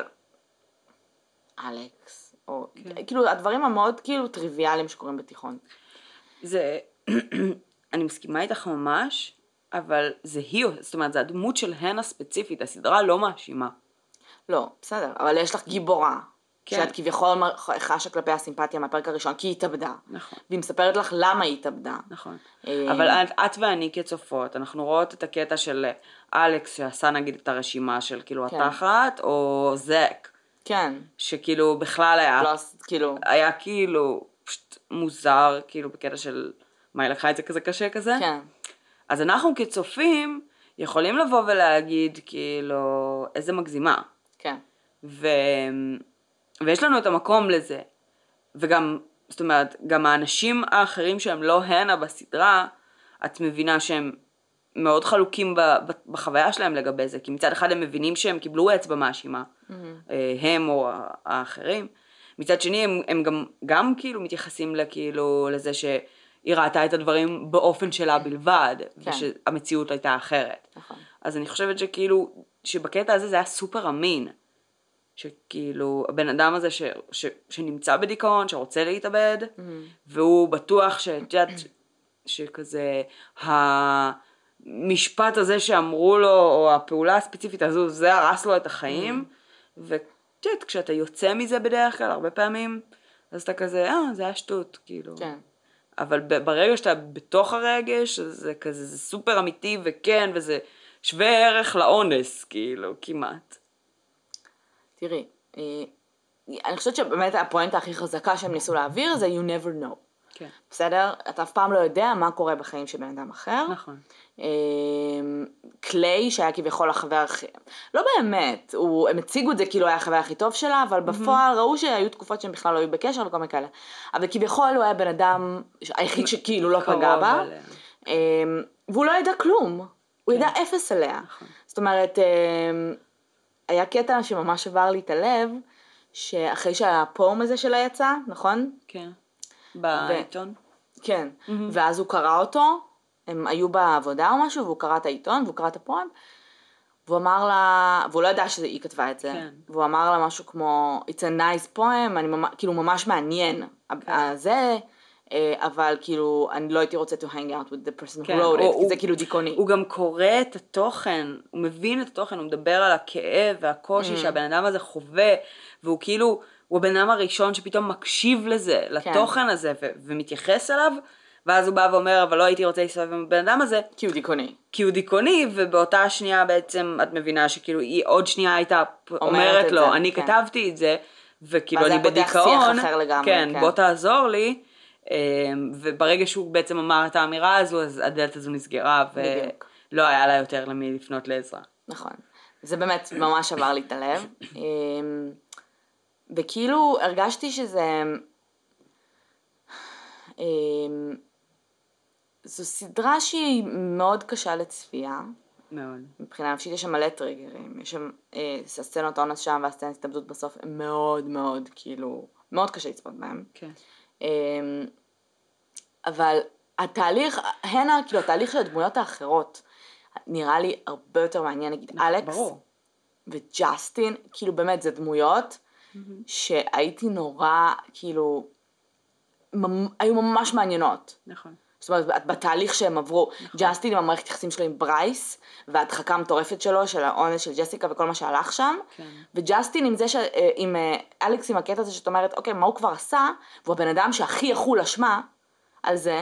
אלכס, או כאילו הדברים המאוד כאילו טריוויאליים שקורים בתיכון. זה, אני מסכימה איתך ממש, אבל זה היא, זאת אומרת, זה הדמות של הנה ספציפית, הסדרה לא מאשימה. לא, בסדר, אבל יש לך גיבורה, שאת כביכול חשה כלפי הסימפתיה מהפרק הראשון, כי היא התאבדה. נכון. והיא מספרת לך למה היא התאבדה. נכון. אבל את ואני כצופות, אנחנו רואות את הקטע של אלכס, שעשה נגיד את הרשימה של כאילו התחת, או זק. כן. שכאילו בכלל היה, כאילו, היה כאילו פשוט מוזר, כאילו בקטע של מה היא לקחה את זה כזה קשה כזה. כן. אז אנחנו כצופים יכולים לבוא ולהגיד כאילו איזה מגזימה. כן. ויש לנו את המקום לזה. וגם, זאת אומרת, גם האנשים האחרים שהם לא הנה בסדרה, את מבינה שהם מאוד חלוקים בחוויה שלהם לגבי זה, כי מצד אחד הם מבינים שהם קיבלו אצבע מאשימה, הם או האחרים. מצד שני הם גם כאילו מתייחסים כאילו לזה היא ראתה את הדברים באופן שלה בלבד, ושהמציאות הייתה אחרת. נכון. אז אני חושבת שכאילו, שבקטע הזה זה היה סופר אמין. שכאילו, הבן אדם הזה שנמצא בדיכאון, שרוצה להתאבד, והוא בטוח שכזה, המשפט הזה שאמרו לו, או הפעולה הספציפית הזו, זה הרס לו את החיים, כשאתה יוצא מזה בדרך כלל, הרבה פעמים, אז אתה כזה, זה היה שטות, כאילו. כן. אבל ברגע שאתה בתוך הרגש, זה כזה, זה סופר אמיתי וכן, וזה שווה ערך לאונס, כאילו, כמעט. תראי, אני חושבת שבאמת הפואנטה הכי חזקה שהם ניסו להעביר זה you never know. כן. בסדר? אתה אף פעם לא יודע מה קורה בחיים של בן אדם אחר. נכון. קליי שהיה כביכול החבר הכי, לא באמת, הם הציגו את זה כאילו היה החבר הכי טוב שלה, אבל בפועל ראו שהיו תקופות שהם בכלל לא היו בקשר וכל מיני כאלה. אבל כביכול הוא היה בן אדם היחיד שכאילו לא פגע בה, והוא לא ידע כלום, הוא ידע אפס עליה. זאת אומרת, היה קטע שממש עבר לי את הלב, שאחרי שהפורם הזה שלה יצא, נכון? כן, בעיתון. כן, ואז הוא קרא אותו, הם היו בעבודה או משהו, והוא קרא את העיתון, והוא קרא את הפורם, והוא אמר לה, והוא לא ידע שהיא כתבה את זה, כן. והוא אמר לה משהו כמו, it's a nice poem, כאילו ממש מעניין, זה, אבל כאילו, אני לא הייתי רוצה to hang out with the person who wrote it, כי זה כאילו דיכאוני. הוא גם קורא את התוכן, הוא מבין את התוכן, הוא מדבר על הכאב והקושי שהבן אדם הזה חווה, והוא כאילו, הוא הבן אדם הראשון שפתאום מקשיב לזה, לתוכן הזה, ומתייחס אליו, ואז הוא בא ואומר, אבל לא הייתי רוצה להסתובב עם הבן אדם הזה. כי הוא דיכאוני. כי הוא דיכאוני, ובאותה שנייה בעצם את מבינה שכאילו היא עוד שנייה הייתה אומרת לו, אני כתבתי את זה, וכאילו אני בדיכאון, כן, בוא תעזור לי, וברגע שהוא בעצם אמר את האמירה הזו, אז הדלת הזו נסגרה, ולא היה לה יותר למי לפנות לעזרה. נכון. זה באמת ממש עבר לי את הלב. וכאילו הרגשתי שזה... זו סדרה שהיא מאוד קשה לצפייה. מאוד. מבחינה נפשית יש שם מלא טריגרים. יש שם הסצנות אונס שם והסצנות התאבדות בסוף, הם מאוד מאוד כאילו, מאוד קשה לצפות בהם. כן. אבל התהליך, כאילו התהליך של הדמויות האחרות, נראה לי הרבה יותר מעניין, נגיד אלכס וג'סטין, כאילו באמת זה דמויות שהייתי נורא, כאילו, היו ממש מעניינות. נכון. זאת אומרת, בתהליך שהם עברו, ג'סטין עם המערכת יחסים שלו עם ברייס, וההדחקה המטורפת שלו, של האונס של ג'סיקה וכל מה שהלך שם, וג'סטין עם זה, עם אלכס עם הקטע הזה שאת אומרת, אוקיי, מה הוא כבר עשה, והוא הבן אדם שהכי יחול אשמה על זה,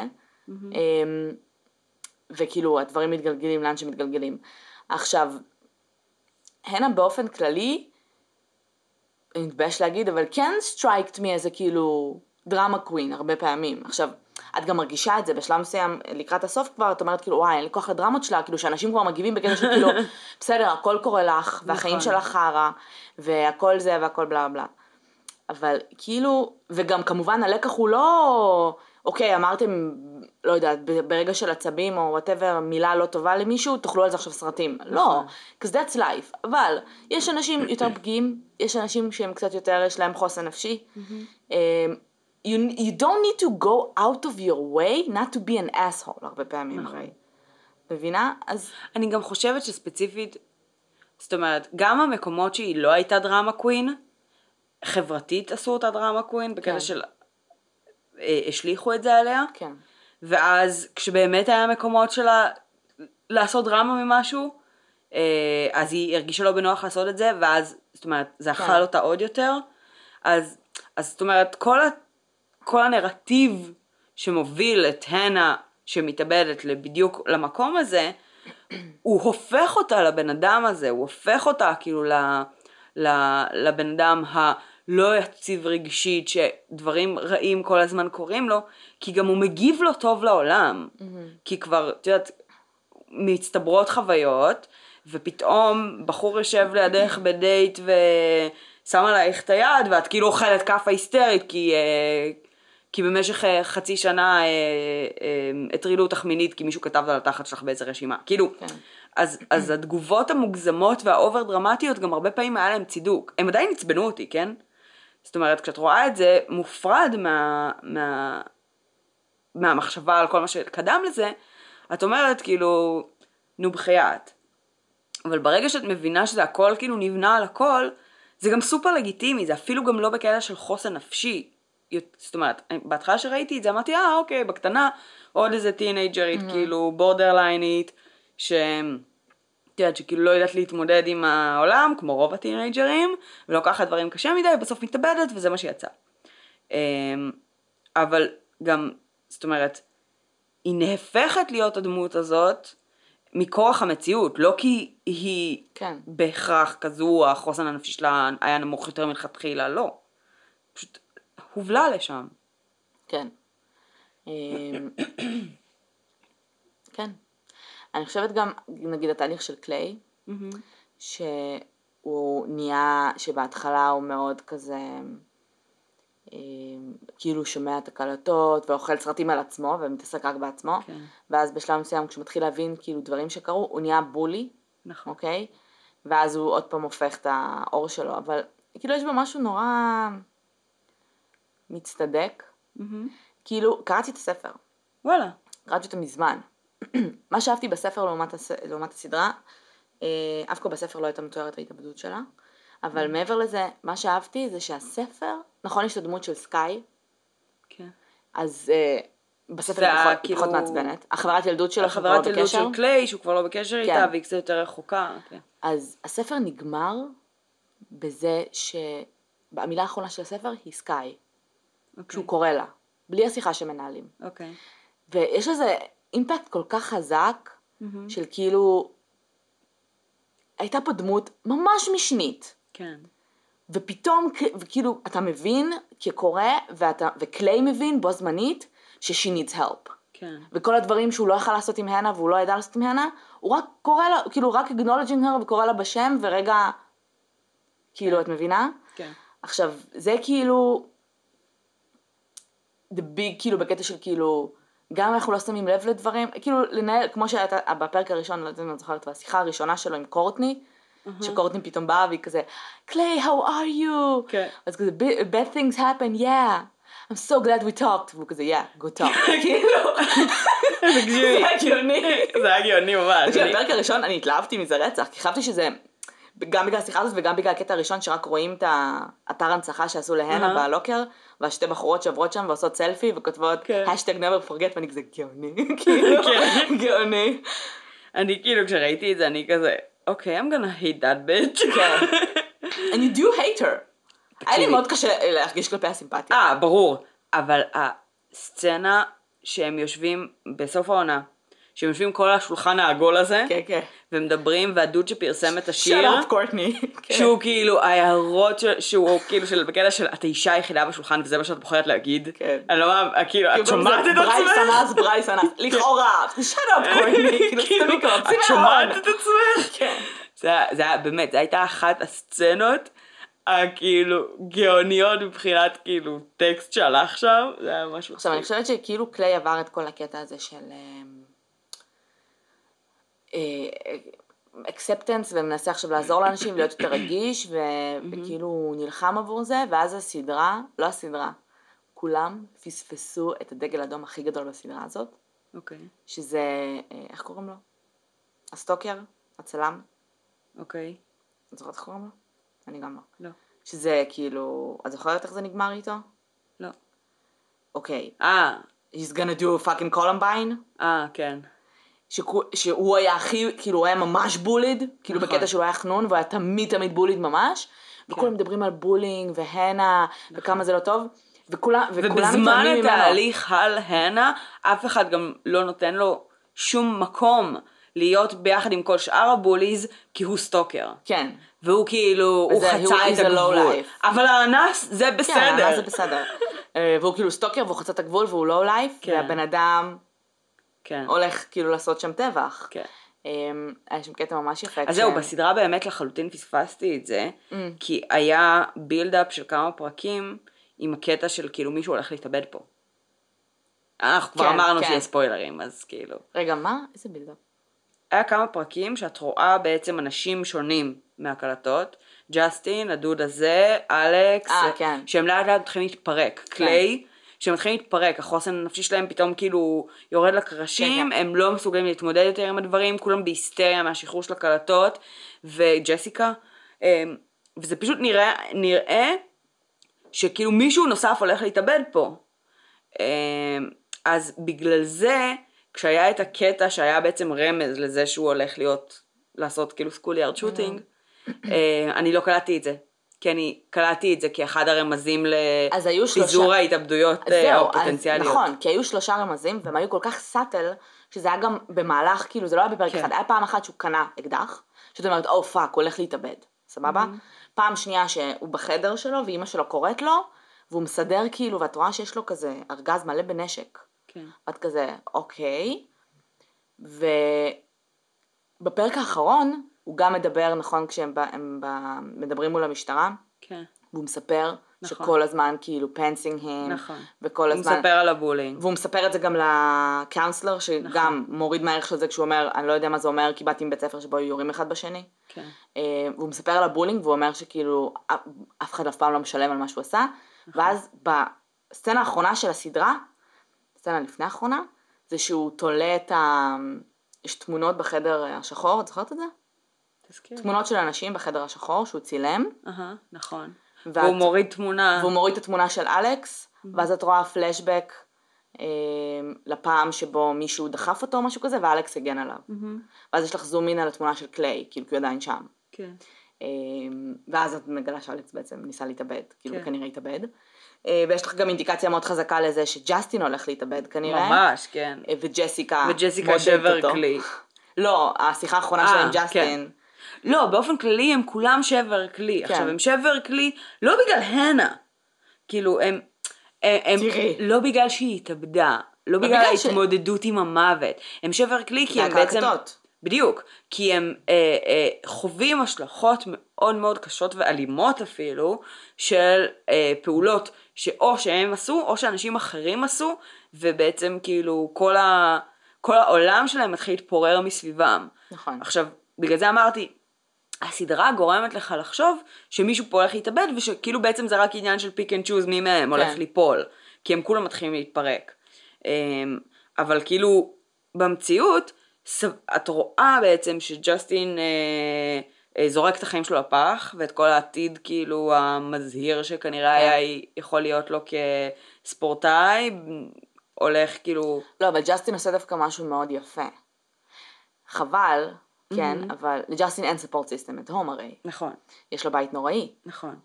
וכאילו הדברים מתגלגלים לאן שמתגלגלים. עכשיו, הנה באופן כללי, אני מתבייש להגיד, אבל כן סטרייקט מי איזה כאילו דרמה קווין הרבה פעמים. עכשיו, את גם מרגישה את זה בשלב מסוים, לקראת הסוף כבר, את אומרת כאילו, וואי, אין לי כוח לדרמות שלה, כאילו שאנשים כבר מגיבים בקטע של כאילו, בסדר, הכל קורה לך, והחיים שלך חרה, והכל זה והכל בלה בלה. אבל כאילו, וגם כמובן הלקח הוא לא, אוקיי, אמרתם, לא יודעת, ברגע של עצבים או whatever, מילה לא טובה למישהו, תאכלו על זה עכשיו סרטים. לא, because that's life. אבל יש אנשים יותר פגיעים, יש אנשים שהם קצת יותר, יש להם חוסן נפשי. You don't need to go out of your way not to be an asshole, הרבה פעמים הרי. מבינה? אז... אני גם חושבת שספציפית, זאת אומרת, גם המקומות שהיא לא הייתה דרמה קווין, חברתית עשו אותה דרמה קווין, בקטע של השליחו את זה עליה. כן. ואז כשבאמת היה מקומות שלה לעשות דרמה ממשהו, אז היא הרגישה לא בנוח לעשות את זה, ואז, זאת אומרת, זה אכל אותה עוד יותר. אז זאת אומרת, כל הנרטיב שמוביל את הנה שמתאבדת בדיוק למקום הזה, הוא הופך אותה לבן אדם הזה, הוא הופך אותה כאילו לבן אדם הלא יציב רגשית, שדברים רעים כל הזמן קורים לו, כי גם הוא מגיב לו טוב לעולם, כי כבר, את יודעת, מצטברות חוויות, ופתאום בחור יושב לידך בדייט ושם עלייך את היד, ואת כאילו אוכלת כאפה היסטרית, כי במשך חצי שנה הטרילו אותך מינית, כי מישהו כתב על התחת שלך באיזה רשימה. כאילו, אז התגובות המוגזמות והאובר דרמטיות, גם הרבה פעמים היה להם צידוק. הם עדיין הצבנו אותי, כן? זאת אומרת, כשאת רואה את זה, מופרד מהמחשבה על כל מה שקדם לזה, את אומרת כאילו, נו בחייאת. אבל ברגע שאת מבינה שזה הכל כאילו נבנה על הכל, זה גם סופר לגיטימי, זה אפילו גם לא בקטע של חוסן נפשי. זאת אומרת, בהתחלה שראיתי את זה, אמרתי, אוקיי, בקטנה, עוד איזה טינג'רית, כאילו בורדרליינית, שכאילו לא יודעת להתמודד עם העולם, כמו רוב הטינג'רים, ולוקחת דברים קשה מדי, בסוף מתאבדת, וזה מה שיצא. אבל גם, זאת אומרת, היא נהפכת להיות הדמות הזאת, מכורח המציאות, לא כי היא בהכרח כזו, החוסן הנפשי שלה היה נמוך יותר מלכתחילה, לא. פשוט הובלה לשם. כן. כן. אני חושבת גם, נגיד, התהליך של קליי, שהוא נהיה, שבהתחלה הוא מאוד כזה, כאילו שומע את הקלטות, ואוכל סרטים על עצמו, ומתעסק רק בעצמו, ואז בשלב מסוים, כשהוא מתחיל להבין כאילו דברים שקרו, הוא נהיה בולי, אוקיי? ואז הוא עוד פעם הופך את האור שלו, אבל כאילו יש בו משהו נורא מצטדק. כאילו, קראתי את הספר. וואלה. קראתי אותו מזמן. מה שאהבתי בספר לעומת הסדרה, אף כל בספר לא הייתה מתוארת ההתאבדות שלה, אבל מעבר לזה, מה שאהבתי זה שהספר, נכון, יש את הדמות של סקאי, אז בספר היא פחות מעצבנת. החברת ילדות שלו, החברת ילדות של קליי, שהוא כבר לא בקשר איתה, והיא קצת יותר רחוקה. אז הספר נגמר בזה שהמילה האחרונה של הספר היא סקאי, שהוא קורא לה, בלי השיחה שמנהלים. ויש לזה אימפקט כל כך חזק, של כאילו, הייתה פה דמות ממש משנית. כן. ופתאום, כאילו, אתה מבין כקורא, וקליי מבין בו זמנית, ש-she needs help. כן. וכל הדברים שהוא לא יכל לעשות עם הנה, והוא לא ידע לעשות עם הנה, הוא רק קורא לה, כאילו, רק acknowledging her, וקורא לה בשם, ורגע, כאילו, את מבינה? כן. עכשיו, זה כאילו, the big, כאילו, בקטע של כאילו, גם אנחנו לא שמים לב לדברים, כאילו, לנהל, כמו שהייתה בפרק הראשון, לא יודעת אם אני זוכרת, בשיחה הראשונה שלו עם קורטני, שקורטני פתאום באה והיא כזה, Clay, how are you? כן. אז כזה, bad things happen, yeah. I'm so glad we talked. והוא כזה, yeah, go talk. כאילו, זה הגיוני. זה הגיוני ממש. בפרק הראשון אני התלהבתי מזה רצח, כי חשבתי שזה, גם בגלל השיחה הזאת וגם בגלל הקטע הראשון שרק רואים את האתר הנצחה שעשו להנה בלוקר, והשתי בחורות שעברות שם ועושות סלפי וכותבות hashtag never forget, ואני כזה גאוני, כאילו, גאוני. אני כאילו כשראיתי את זה אני כזה, אוקיי, I'm gonna hate that bitch. And you do hate her. היה לי מאוד קשה להרגיש כלפי הסימפתיה. ברור, אבל הסצנה שהם יושבים בסוף העונה, שהם יושבים כל השולחן העגול הזה, ומדברים, והדוד שפרסם את השיר, Shut up, Courtney. שהוא כאילו, ההערות שהוא כאילו, בקטע של את האישה היחידה בשולחן, וזה מה שאת בוחרת להגיד. אני לא מה, כאילו, את שומעת את עצמך? ברייס אנס, לכאורה, shut up, Courtney. את שומעת את עצמך? זה היה, באמת, זה הייתה אחת הסצנות, כאילו, גאוניות מבחינת כאילו, טקסט שהלך שם, זה היה משהו. עכשיו, אני חושבת שכאילו קליי עבר את כל הקטע הזה של acceptance, ומנסה עכשיו לעזור לאנשים להיות יותר רגיש, וכאילו הוא נלחם עבור זה, ואז הסדרה, לא הסדרה, כולם פספסו את הדגל האדום הכי גדול בסדרה הזאת, שזה, איך קוראים לו? הסטוקר, הצלם. את זוכרת איך קוראים לו? אני גם לא. לא. שזה כאילו, את זוכרת איך זה נגמר איתו? לא. אוקיי. He's gonna do fucking Columbine. כן. שהוא היה הכי, כאילו הוא היה ממש בוליד, כאילו בקטע שהוא היה חנון, והוא היה תמיד בוליד ממש, וכולם מדברים על בולינג והנה, וכמה זה לא טוב, וכולם ובזמן התהליך על הנה, אף אחד גם לא נותן לו שום מקום להיות ביחד עם כל שאר הבוליז, כי הוא סטוקר. כן. והוא כאילו, הוא חצה את הגבול. אבל האנס זה בסדר. כן, האנס זה בסדר. והוא כאילו סטוקר, והוא חצה את הגבול, והוא לא לייף, והבן אדם הולך כאילו לעשות שם טבח. כן. היה שם קטע ממש יפה. אז זהו, בסדרה באמת לחלוטין פספסתי את זה, כי היה בילדאפ של כמה פרקים, עם הקטע של כאילו מישהו הולך להתאבד פה. אנחנו כבר אמרנו שיש ספוילרים, אז כאילו. רגע, מה? איזה בילדאפ? היה כמה פרקים שאת רואה בעצם אנשים שונים מהקלטות, ג'סטין, הדוד הזה, אלכס, שהם לאט לאט מתחילים להתפרק, קליי, שהם מתחילים להתפרק, החוסן הנפשי שלהם פתאום כאילו יורד לקרשים, הם לא מסוגלים להתמודד יותר עם הדברים, כולם בהיסטריה מהשחרור של הקלטות, וג'סיקה, וזה פשוט נראה שכאילו מישהו נוסף הולך להתאבד פה. אז בגלל זה, כשהיה את הקטע שהיה בעצם רמז לזה שהוא הולך לעשות כאילו סקוליארד שוטינג, אני לא קלטתי את זה. כי אני קלטתי את זה כאחד הרמזים לפיזור ההתאבדויות הפוטנציאליות. נכון, כי היו 3 רמזים, והם היו כל כך סאטל, שזה היה גם במהלך, כאילו זה לא היה בפרק אחד, היה פעם אחת שהוא קנה אקדח, שאתה אומרת, פאק, הוא הולך להתאבד, סבבה? פעם שנייה שהוא בחדר שלו, ואמא שלו קוראת לו, והוא מסדר כאילו, ואת רואה שיש לו כזה ארגז מלא בנשק. ואת כזה, אוקיי. ובפרק האחרון, הוא גם מדבר, נכון, כשהם מדברים מול המשטרה, והוא מספר שכל הזמן כאילו פנסינג הם, וכל הזמן... הוא מספר על הבולינג. והוא מספר את זה גם לקאונסלר, שגם מוריד מהערך של זה כשהוא אומר, אני לא יודע מה זה אומר, כי באתי מבית ספר שבו יורים אחד בשני. והוא מספר על הבולינג, והוא אומר שכאילו אף אחד אף פעם לא משלם על מה שהוא עשה, ואז בסצנה האחרונה של הסדרה, הסצנה לפני האחרונה, זה שהוא תולה את יש תמונות בחדר השחור, את זוכרת את זה? תזכיר. תמונות של אנשים בחדר השחור שהוא צילם. נכון. והוא מוריד תמונה. והוא מוריד את התמונה של אלכס, ואז את רואה פלשבק לפעם שבו מישהו דחף אותו או משהו כזה, ואלכס הגן עליו. ואז יש לך זום אין על התמונה של קליי, כאילו כי הוא עדיין שם. כן. ואז את מגלה שאלכס בעצם ניסה להתאבד, כאילו כנראה התאבד. ויש לך גם אינדיקציה מאוד חזקה לזה שג'סטין הולך להתאבד כנראה. ממש, כן. וג'סיקה שבר כלי. לא, השיחה האחרונה שלה עם ג'סטין. לא, באופן כללי הם כולם שבר כלי. עכשיו הם שבר כלי לא בגלל הנה. כאילו הם לא בגלל שהיא התאבדה. לא בגלל ההתמודדות עם המוות. הם שבר כלי כי הם בעצם... בדיוק. כי הם חווים השלכות מאוד מאוד קשות ואלימות אפילו של פעולות שאו שהם עשו או שאנשים אחרים עשו, ובעצם כאילו כל העולם שלהם מתחיל להתפורר מסביבם. נכון. עכשיו, בגלל זה אמרתי, הסדרה גורמת לך לחשוב שמישהו פה הולך להתאבד, ושכאילו בעצם זה רק עניין של פיק אנד צ'וז מי מהם הולך ליפול, כי הם כולם מתחילים להתפרק. אבל כאילו במציאות, את רואה בעצם שג'סטין זורק את החיים שלו לפח, ואת כל העתיד כאילו המזהיר שכנראה היה יכול להיות לו כספורטאי, הולך כאילו... לא, אבל ג'סטין עושה דווקא משהו מאוד יפה. חבל, כן, אבל לג'סטין אין support system at home הרי. נכון. יש לו בית נוראי. נכון.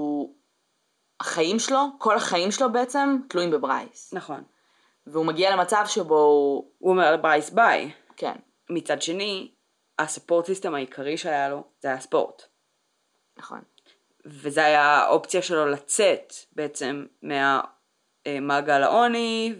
החיים שלו, כל החיים שלו בעצם תלויים בברייס. נכון. והוא מגיע למצב שבו הוא אומר לברייס ביי. כן. מצד שני, הספורט סיסטם העיקרי שהיה לו, זה היה ספורט. נכון. וזה היה האופציה שלו לצאת בעצם מהמעגל העוני,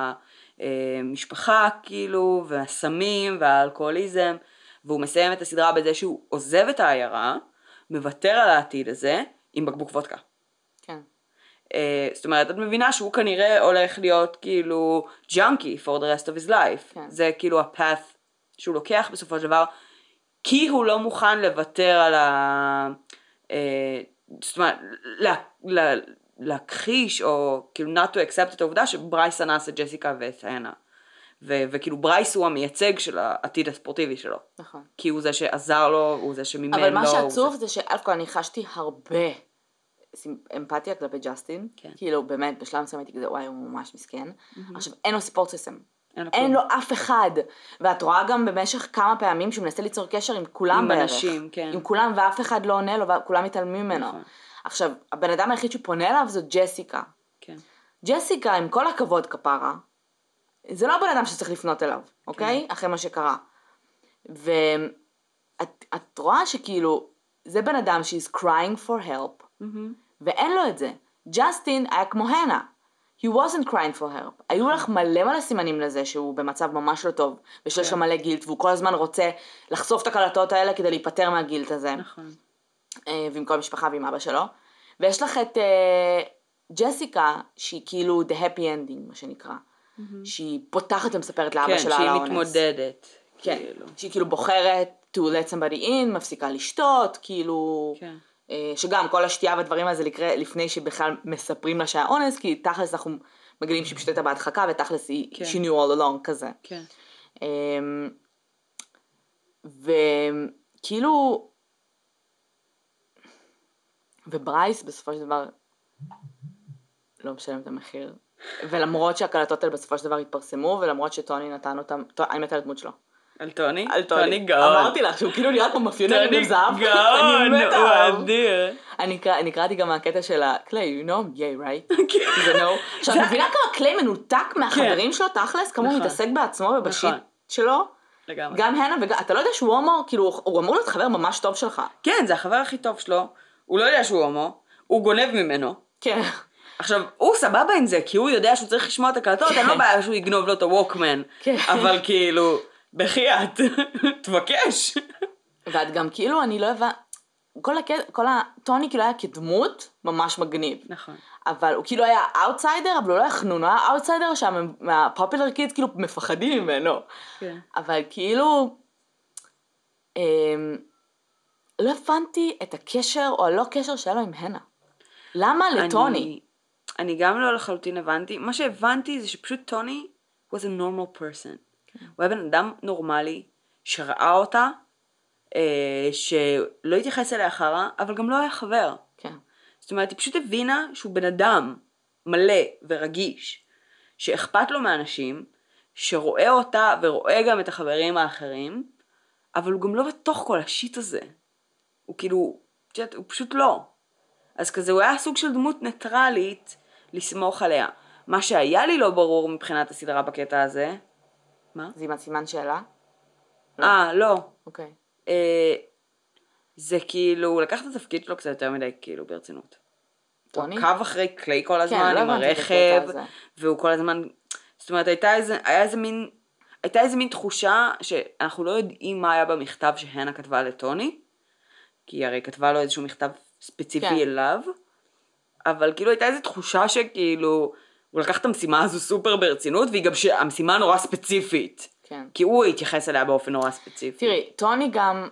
והמשפחה כאילו, והסמים, והאלכוהוליזם, והוא מסיים את הסדרה בזה שהוא עוזב את העיירה, מוותר על העתיד הזה, עם בקבוק וודקה. כן. זאת אומרת, את מבינה שהוא כנראה הולך להיות כאילו junkie for the rest of his life. כן. זה כאילו הפאth שהוא לוקח בסופו של דבר, כי הוא לא מוכן לוותר על זאת אומרת, להכחיש, או כאילו not to accept את העובדה שברייס אנס את ג'סיקה ואת הנה. וכאילו ברייס הוא המייצג של העתיד הספורטיבי שלו. נכון. כי הוא זה שעזר לו, הוא זה שמימן לו. אבל מה שעצוב זה שאלף אני חשתי הרבה אמפתיה כלפי ג'סטין. כן. כאילו באמת בשלב מסוים הייתי כזה, וואי הוא ממש מסכן. עכשיו אין לו ספורט סיסטם. אין לו אף אחד. ואת רואה גם במשך כמה פעמים שהוא מנסה ליצור קשר עם כולם עם בערך. אנשים, כן. עם כולם ואף אחד לא עונה לו וכולם מתעלמים ממנו. נכון. עכשיו, הבן אדם היחיד שפונה אליו זאת ג'סיקה. כן. ג'סיקה, עם כל הכבוד כפרה, זה לא הבן אדם שצריך לפנות אליו, אוקיי? אחרי מה שקרה. ואת רואה שכאילו, זה בן אדם she's crying for help, ואין לו את זה. ג'סטין היה כמו הנה. He wasn't crying for help. היו לך מלא סימנים לזה שהוא במצב ממש לא טוב, ושיש לו מלא גילט, והוא כל הזמן רוצה לחשוף את הקלטות האלה כדי להיפטר מהגילט הזה. נכון. ועם כל המשפחה ועם אבא שלו. ויש לך את ג'סיקה, שהיא כאילו the happy ending, מה שנקרא. שהיא פותחת ומספרת לאבא שלה על האונס. כן, שהיא מתמודדת. כן, שהיא כאילו בוחרת to let somebody in, מפסיקה לשתות, כאילו... כן. שגם כל השתייה והדברים הזה לפני שבכלל מספרים לה שהאונס, כי תכלס אנחנו מגלים שהיא פשוט הייתה בהדחקה, ותכלס היא כן. she knew all along כזה. כן. וכאילו, וברייס בסופו של דבר לא משלם את המחיר. ולמרות שהקלטות האלה בסופו של דבר התפרסמו, ולמרות שטוני נתן אותם, אני מתה על הדמות שלו. על טוני? על טוני גאון. אמרתי לך שהוא כאילו נראה כמו מאפיונר עם זהב. טוני גאון, אני מתה הוא עליו. אדיר. אני קראתי גם מהקטע של קליי, you know I'm gay, right? זה no. עכשיו, את מבינה כמה קליי מנותק מהחברים שלו, תכלס? כמה הוא מתעסק בעצמו ובשיט שלו? לגמרי. גם הנה, אתה לא יודע שהוא הומו, כאילו, הוא אמור להיות חבר ממש טוב שלך. כן, זה החבר הכי טוב שלו. הוא לא יודע שהוא הומו, הוא גונב ממנו. כן. עכשיו, הוא סבבה עם זה, כי הוא יודע שהוא צריך לשמוע את הקלטות, אין לו בעיה שהוא יגנוב לו את הווקמן. כן. אבל כאילו, בחייאת, תבקש. ואת גם כאילו, אני לא הבא, טוני כאילו היה כדמות ממש מגניב. נכון. אבל הוא כאילו היה אאוטסיידר, אבל הוא לא היה חנון, הוא היה אאוטסיידר מהפופולר קידס כאילו מפחדים ממנו. כן. אבל כאילו, לא הבנתי את הקשר או הלא קשר שהיה לו עם הנה. למה לטוני? אני גם לא לחלוטין הבנתי. מה שהבנתי זה שפשוט טוני was a normal person. הוא היה בן אדם נורמלי, שראה אותה, שלא התייחס אליה אחרה, אבל גם לא היה חבר. כן. זאת אומרת, היא פשוט הבינה שהוא בן אדם מלא ורגיש, שאכפת לו מאנשים, שרואה אותה ורואה גם את החברים האחרים, אבל הוא גם לא בתוך כל השיט הזה. הוא כאילו, הוא פשוט לא. אז כזה הוא היה סוג של דמות ניטרלית לסמוך עליה. מה שהיה לי לא ברור מבחינת הסדרה בקטע הזה, מה? זה עם סימן שאלה? לא. אוקיי. זה כאילו, הוא לקח את התפקיד שלו קצת יותר מדי כאילו ברצינות. טוני? הוא עקב אחרי קליי כל הזמן, לא עם הבנתי את הרכב, הקטע הזה. והוא כל הזמן, זאת אומרת, הייתה איזה מין תחושה שאנחנו לא יודעים מה היה במכתב שהנה כתבה לטוני, כי הרי כתבה לו איזשהו מכתב ספציפי כן. אליו, אבל כאילו הייתה איזו תחושה שכאילו, הוא לקח את המשימה הזו סופר ברצינות, והיא גם שהמשימה נורא ספציפית. כן. כי הוא התייחס אליה באופן נורא ספציפי. תראי, טוני גם,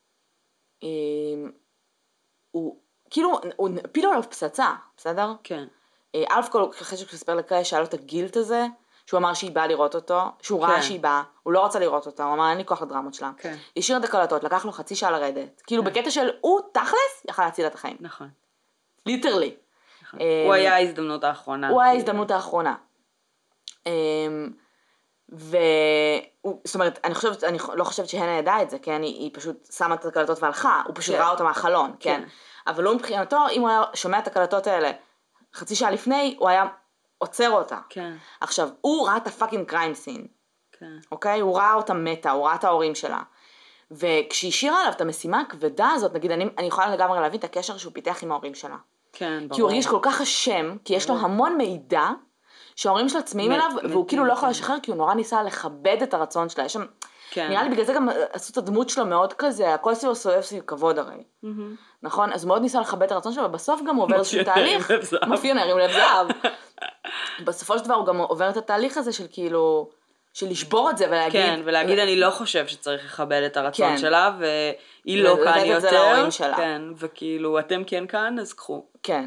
הוא, כאילו, הוא פיל עליו פצצה, בסדר? כן. אלף כל אחרי שכספר לקריאה, שאל לו את הגילט הזה, שהוא אמר שהיא באה לראות אותו, שהוא ראה שהיא באה, הוא לא רצה לראות אותה, הוא אמר אין לי כוח לדרמות שלה. כן. השאיר את הקלטות, לקח לו חצי שעה לרדת. כאילו בקטע של הוא תכלס יכל להציל את החיים. נכון. ליטרלי. הוא היה ההזדמנות האחרונה. הוא היה ההזדמנות האחרונה. זאת אומרת, אני לא חושבת שהנה ידעה את זה, כן? היא פשוט שמה את הקלטות והלכה, הוא פשוט ראה אותה מהחלון, כן? אבל הוא מבחינתו, אם הוא היה שומע את הקלטות האלה חצי שעה לפני, הוא היה עוצר אותה. כן. עכשיו, הוא ראה את הפאקינג קריים סין. כן. אוקיי? הוא ראה אותה מתה, הוא ראה את ההורים שלה. וכשהיא השאירה עליו את המשימה הכבדה הזאת, נגיד, אני יכולה לגמרי להבין את הקשר שהוא פיתח עם ההורים שלה. כן, ברור. כי הוא הרגיש כל כך אשם, כי יש לו המון מידע, שההורים שלה צמאים אליו, והוא כאילו לא יכול לשחרר, כי הוא נורא ניסה לכבד את הרצון שלה. יש שם, נראה לי בגלל זה גם עשו את הדמות שלו מאוד כזה, הכל סביב סובב סביב כבוד הרי. נכון? אז הוא מאוד ניסה לכבד את הרצון שלו, ובסוף גם הוא עובר איזשהו תהליך. מאפיונר עם לב זהב. בסופו של דבר הוא גם עובר את התהליך הזה של כאילו, של לשבור את זה ולהגיד. כן, ולהגיד אני לא חושב שצריך לכבד את הרצון שלה, והיא לא כאן יותר. לתת את זה להורים שלה. כן, וכאילו אתם כן כאן, אז קחו. כן.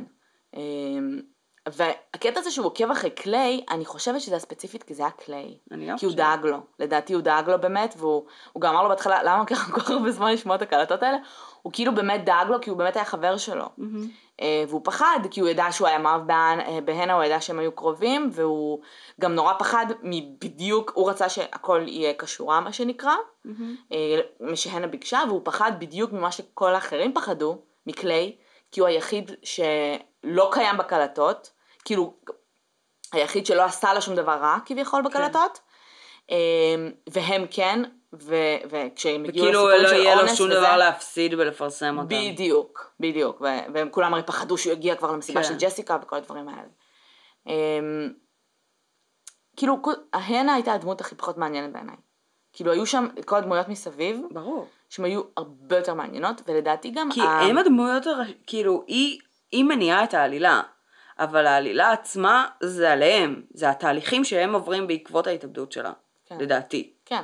והקטע הזה שהוא עוקב אחרי קליי, אני חושבת שזה הספציפית כי זה היה קליי. כי הוא דאג לו. לדעתי הוא דאג לו באמת, והוא גם אמר לו בהתחלה, למה ככה כל כך הרבה זמן לשמוע את הקלטות האלה? הוא כאילו באמת דאג לו, כי הוא באמת היה חבר שלו. והוא פחד, כי הוא ידע שהוא היה מאוהב בהנה, הוא ידע שהם היו קרובים, והוא גם נורא פחד מבדיוק, הוא רצה שהכל יהיה קשורה, מה שנקרא, שהנה ביקשה, והוא פחד בדיוק ממה שכל האחרים פחדו, מקליי, כי הוא היחיד שלא קיים בקלטות, כאילו, היחיד שלא עשה לה שום דבר רע, כביכול בקלטות, והם כן, וכשהם הגיעו לסיפור של אונס, וכאילו לא יהיה לו שום דבר להפסיד ולפרסם אותם. בדיוק, והם כולם הרי פחדו שהוא יגיע כבר למסיבה של ג'סיקה וכל הדברים האלה. כאילו, ההנה הייתה הדמות הכי פחות מעניינת בעיניי. כאילו, היו שם כל הדמויות מסביב, ברור. שהן היו הרבה יותר מעניינות, ולדעתי גם... כי הם הדמויות, כאילו, היא מניעה את העלילה, אבל העלילה עצמה זה עליהם, זה התהליכים שהם עוברים בעקבות ההתאבדות שלה, לדעתי. כן.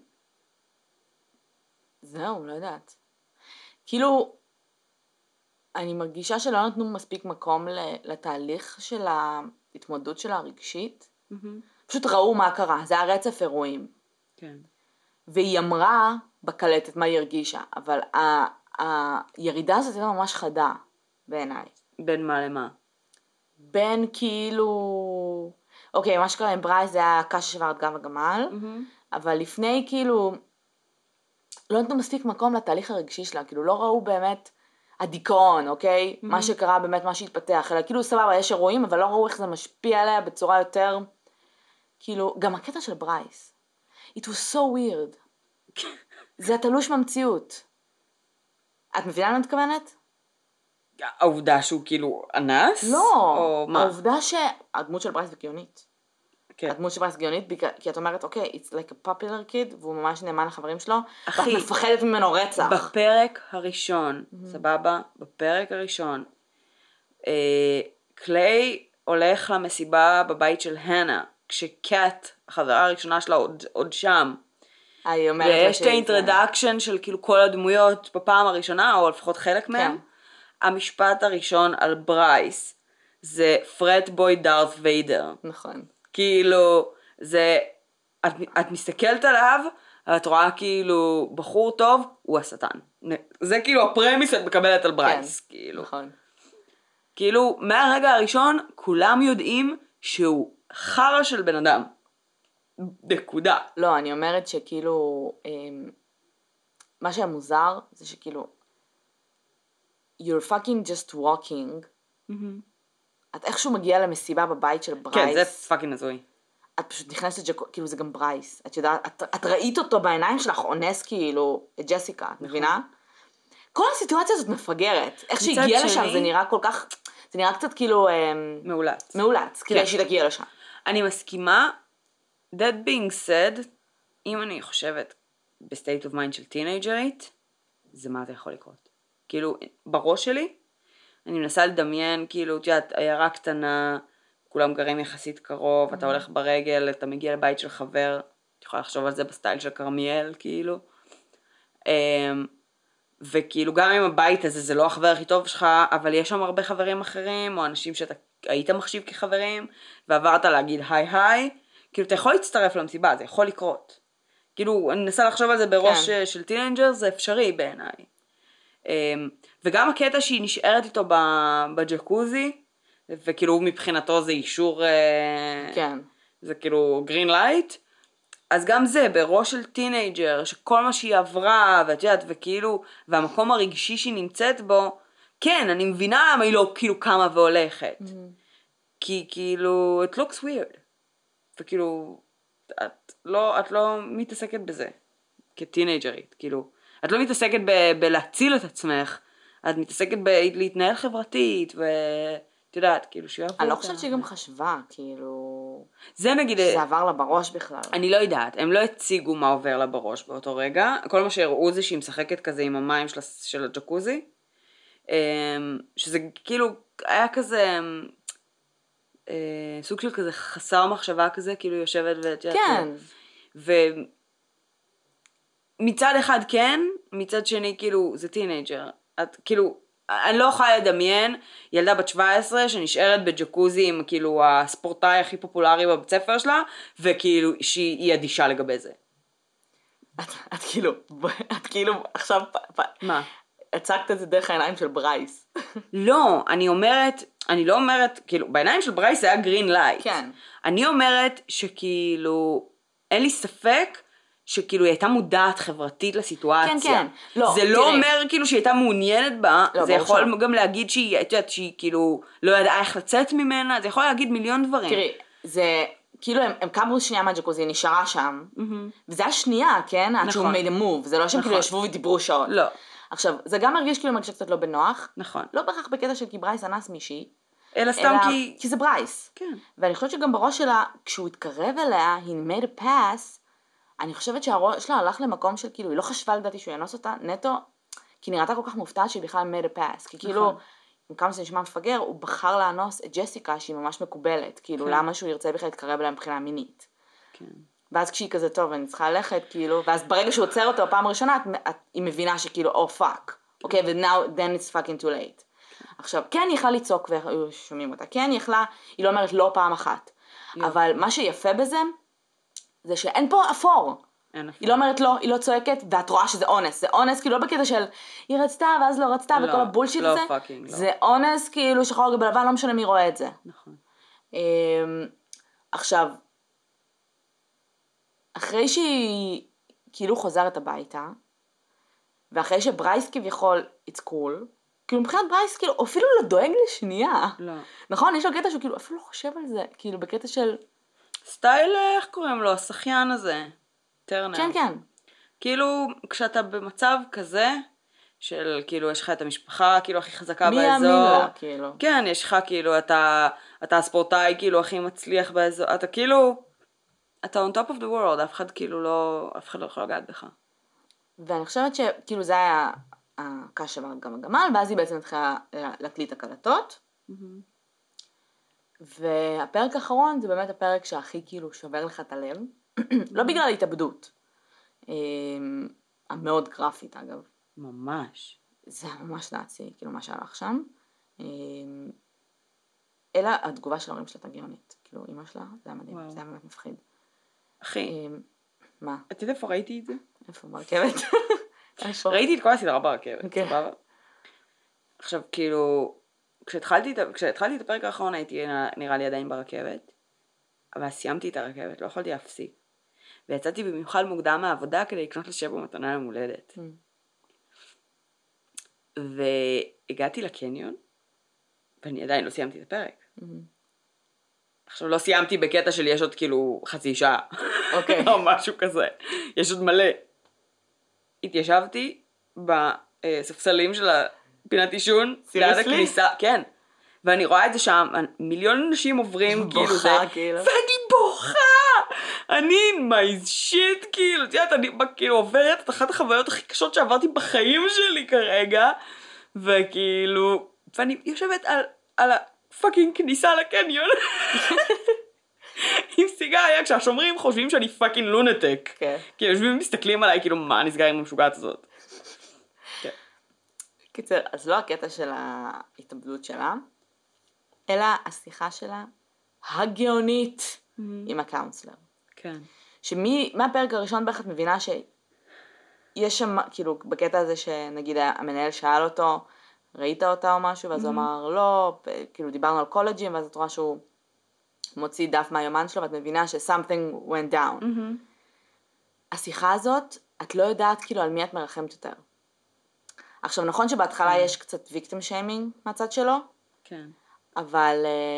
זהו, לא יודעת. כאילו, אני מרגישה שלא נתנו מספיק מקום לתהליך של ההתמודדות שלה הרגשית. פשוט ראו מה קרה, זה היה רצף אירועים. כן. והיא אמרה בקלטת מה היא הרגישה, אבל הירידה הזאת הייתה ממש חדה בעיניי. בין מה למה? בין כאילו... אוקיי, מה שקרה עם ברייס זה היה קש ששבר את גב הגמל, אבל לפני כאילו... לא נתנו מספיק מקום לתהליך הרגשי שלה, כאילו לא ראו באמת הדיכאון, אוקיי? מה שקרה באמת, מה שהתפתח, אלא כאילו סבבה, יש אירועים, אבל לא ראו איך זה משפיע עליה בצורה יותר... כאילו, גם הקטע של ברייס. It was so weird. זה התלוש מהמציאות. את מבינה מה מתכוונת? העובדה שהוא כאילו אנס? לא, או מה? העובדה שהדמות של ברייס זה גאונית. כן. הדמות של ברייס גאונית, כי את אומרת, אוקיי, it's like a popular kid, והוא ממש נאמן לחברים שלו, אחי, ואת מפחדת ממנו רצח. בפרק הראשון, סבבה? בפרק הראשון, קליי הולך למסיבה בבית של הנה, כשקאט, החברה הראשונה שלה, עוד שם. ויש את האינטרדקשן של כאילו כל הדמויות בפעם הראשונה, או לפחות חלק מהם. המשפט הראשון על ברייס, זה פרד בוי דארת ויידר. נכון. כאילו, זה, את מסתכלת עליו, את רואה כאילו בחור טוב, הוא השטן. זה כאילו הפרמיס את מקבלת על ברייס. כן, כאילו. נכון. כאילו, מהרגע הראשון, כולם יודעים שהוא חרא של בן אדם. נקודה. לא, אני אומרת שכאילו, מה שהיה מוזר, זה שכאילו, you're fucking just walking, את איכשהו מגיעה למסיבה בבית של ברייס. כן, זה פאקינג הזוי. את פשוט נכנסת לג'קו, כאילו זה גם ברייס. את יודעת, את ראית אותו בעיניים שלך, אונס כאילו, את ג'סיקה, את מבינה? כל הסיטואציה הזאת מפגרת. איך שהיא הגיעה לשם, זה נראה כל כך, זה נראה קצת כאילו... מאולץ. מאולץ, כדי שהיא תגיע לשם. אני מסכימה, that being said, אם אני חושבת בסטייט אוף מיינד של טינאג'רית, זה מה זה יכול לקרות. כאילו, בראש שלי, אני מנסה לדמיין, כאילו, את יודעת, עיירה קטנה, כולם גרים יחסית קרוב, אתה הולך ברגל, אתה מגיע לבית של חבר, אתה יכול לחשוב על זה בסטייל של קרמיאל, כאילו. וכאילו, גם אם הבית הזה זה לא החבר הכי טוב שלך, אבל יש שם הרבה חברים אחרים, או אנשים שאתה היית מחשיב כחברים, ועברת להגיד היי, כאילו, אתה יכול להצטרף למסיבה, זה יכול לקרות. כאילו, אני מנסה לחשוב על זה בראש של טינג'ר, זה אפשרי בעיניי. וגם הקטע שהיא נשארת איתו בג'קוזי, וכאילו מבחינתו זה אישור, כן. זה כאילו green light, אז גם זה בראש של טינג'ר, שכל מה שהיא עברה, ואת יודעת, וכאילו, והמקום הרגשי שהיא נמצאת בו, כן, אני מבינה למה היא לא כאילו קמה והולכת. כי כאילו, it looks weird. וכאילו, את לא מתעסקת בזה, כטינג'רית, כאילו, את לא מתעסקת בלהציל את עצמך, את מתעסקת בלהתנהל חברתית, ואת יודעת, כאילו שיעבור. אני לא חושבת שהיא גם חשבה, כאילו... זה נגיד... שזה עבר לה בראש בכלל. אני לא יודעת, הם לא הציגו מה עובר לה בראש באותו רגע, כל מה שהראו זה שהיא משחקת כזה עם המים של הג'קוזי, שזה כאילו היה כזה... סוג של כזה חסר מחשבה כזה, כאילו יושבת ואת יודעת... כן. מצד אחד כן, מצד שני כאילו זה טינג'ר. את כאילו, אני לא יכולה לדמיין ילדה בת 17 שנשארת בג'קוזי עם כאילו הספורטאי הכי פופולרי בבית ספר שלה, וכאילו שהיא אדישה לגבי זה. את כאילו עכשיו... מה? הצגת את זה דרך העיניים של ברייס. לא, אני לא אומרת, כאילו בעיניים של ברייס זה היה גרין לייט. כן. אני אומרת שכאילו, אין לי ספק שכאילו היא הייתה מודעת חברתית לסיטואציה. כן, כן. לא, זה לא אומר כאילו שהיא הייתה מעוניינת בה, לא, זה יכול גם להגיד שהיא, את יודעת, שהיא כאילו לא ידעה איך לצאת ממנה, זה יכול להגיד מיליון דברים. תראי, זה כאילו הם קמו שנייה מהג'קוזי, נשארה שם, וזה היה שנייה, כן? עד שהוא made a move, זה לא שהם כאילו ישבו ודיברו שעות. לא. עכשיו, זה גם מרגיש כאילו מרגיש קצת לא בנוח. נכון. לא בהכרח בקטע של כי ברייס אנס מישהי. אלא סתם כי זה ברייס. כן. ואני חושבת שגם בראש שלה, כשהוא התקרב אליה, he made a pass, אני חושבת שהראש שלה הלך למקום של כאילו, היא לא חשבה לדעתי שהוא ינוס אותה, נטו, כי נראתה כל כך מופתעת שהיא בכלל made a pass. כי כאילו, עם כמה זה נשמע מפגר, הוא בחר לאנוס את ג'סיקה שהיא ממש מקובלת. כאילו, למה שהוא ירצה בכלל להתקרב אליה מבחינה מינית. כן. ואז כשהיא כזה טוב, אני צריכה ללכת, כאילו, ואז ברגע שהוא עוצר אותו הפעם הראשונה, היא מבינה שכאילו, oh fuck. אוקיי, then it's fucking too late. עכשיו, כן היא יכלה לצעוק והיו שומעים אותה, כן היא יכלה, היא לא אומרת לא פעם אחת, אבל מה שיפה בזה, זה שאין פה אפור. היא לא אומרת לא, היא לא צועקת, ואת רואה שזה אונס. זה אונס כאילו לא בקטע של היא רצתה ואז לא רצתה וכל הבולשיט הזה. זה אונס כאילו שחור על גבי לבן, לא משנה מי רואה את זה. נכון. עכשיו, אחרי שהיא כאילו חוזרת הביתה, ואחרי שברייס כביכול it's cool, כאילו מבחינת ברייס כאילו אפילו לא דואג לשנייה. לא. נכון? יש לו קטע שהוא כאילו אפילו לא חושב על זה, כאילו בקטע של... סטייל, איך קוראים לו? השחיין הזה. טרנר. כן, כן. כאילו, כשאתה במצב כזה, של כאילו, יש לך את המשפחה, כאילו, הכי חזקה באזור. מי יאמין לה, כאילו. כן, יש לך כאילו, אתה הספורטאי, כאילו, הכי מצליח באזור. אתה כאילו, אתה on top of the world, אף אחד כאילו לא, אף אחד לא יכול לגעת בך. ואני חושבת שכאילו זה היה הקש שבר גם הגמל, ואז היא בעצם התחילה להקליט הקלטות. והפרק האחרון זה באמת הפרק שהכי כאילו שובר לך את הלב. לא בגלל ההתאבדות. המאוד גרפית אגב. ממש. זה היה ממש נאצי, כאילו מה שהלך שם. אלא התגובה של ההורים שלה תגיונית. כאילו אמא שלה, זה היה מדהים, זה היה באמת מפחיד. אחי. מה? את יודעת איפה ראיתי את זה? איפה? ברכבת? ראיתי את כל הסדרה ברכבת, סבבה? עכשיו כאילו, כשהתחלתי את הפרק האחרון הייתי נראה לי עדיין ברכבת, אבל סיימתי את הרכבת, לא יכולתי להפסיק. ויצאתי במיוחד מוקדם מהעבודה כדי לקנות לשבע מתנה יום הולדת. והגעתי לקניון, ואני עדיין לא סיימתי את הפרק. עכשיו לא סיימתי בקטע של יש עוד כאילו חצי שעה, או משהו כזה, יש עוד מלא. התיישבתי בספסלים של הפינת עישון, ליד הכניסה, כן, ואני רואה את זה שם, מיליון אנשים עוברים כאילו זה, ואני בוכה, אני in my shit כאילו, תראה, אני כאילו עוברת את אחת החוויות הכי קשות שעברתי בחיים שלי כרגע, וכאילו, ואני יושבת על פאקינג כניסה לקניון עם סיגריה כשהשומרים חושבים שאני פאקינג לונטק, כי יושבים ומסתכלים עליי כאילו מה נסגר עם המשוגעת הזאת. קיצר, אז לא הקטע של ההתאבדות שלה, אלא השיחה שלה הגאונית עם הקאונסלר. כן. מהפרק הראשון בערך את מבינה שיש שם כאילו בקטע הזה שנגיד המנהל שאל אותו ראית אותה או משהו, ואז הוא אמר לא, כאילו דיברנו על קולג'ים, ואז את רואה שהוא מוציא דף מהיומן שלו, ואת מבינה ש-something went down. השיחה הזאת, את לא יודעת כאילו על מי את מרחמת יותר. עכשיו נכון שבהתחלה יש קצת victim shaming מהצד שלו, כן. אבל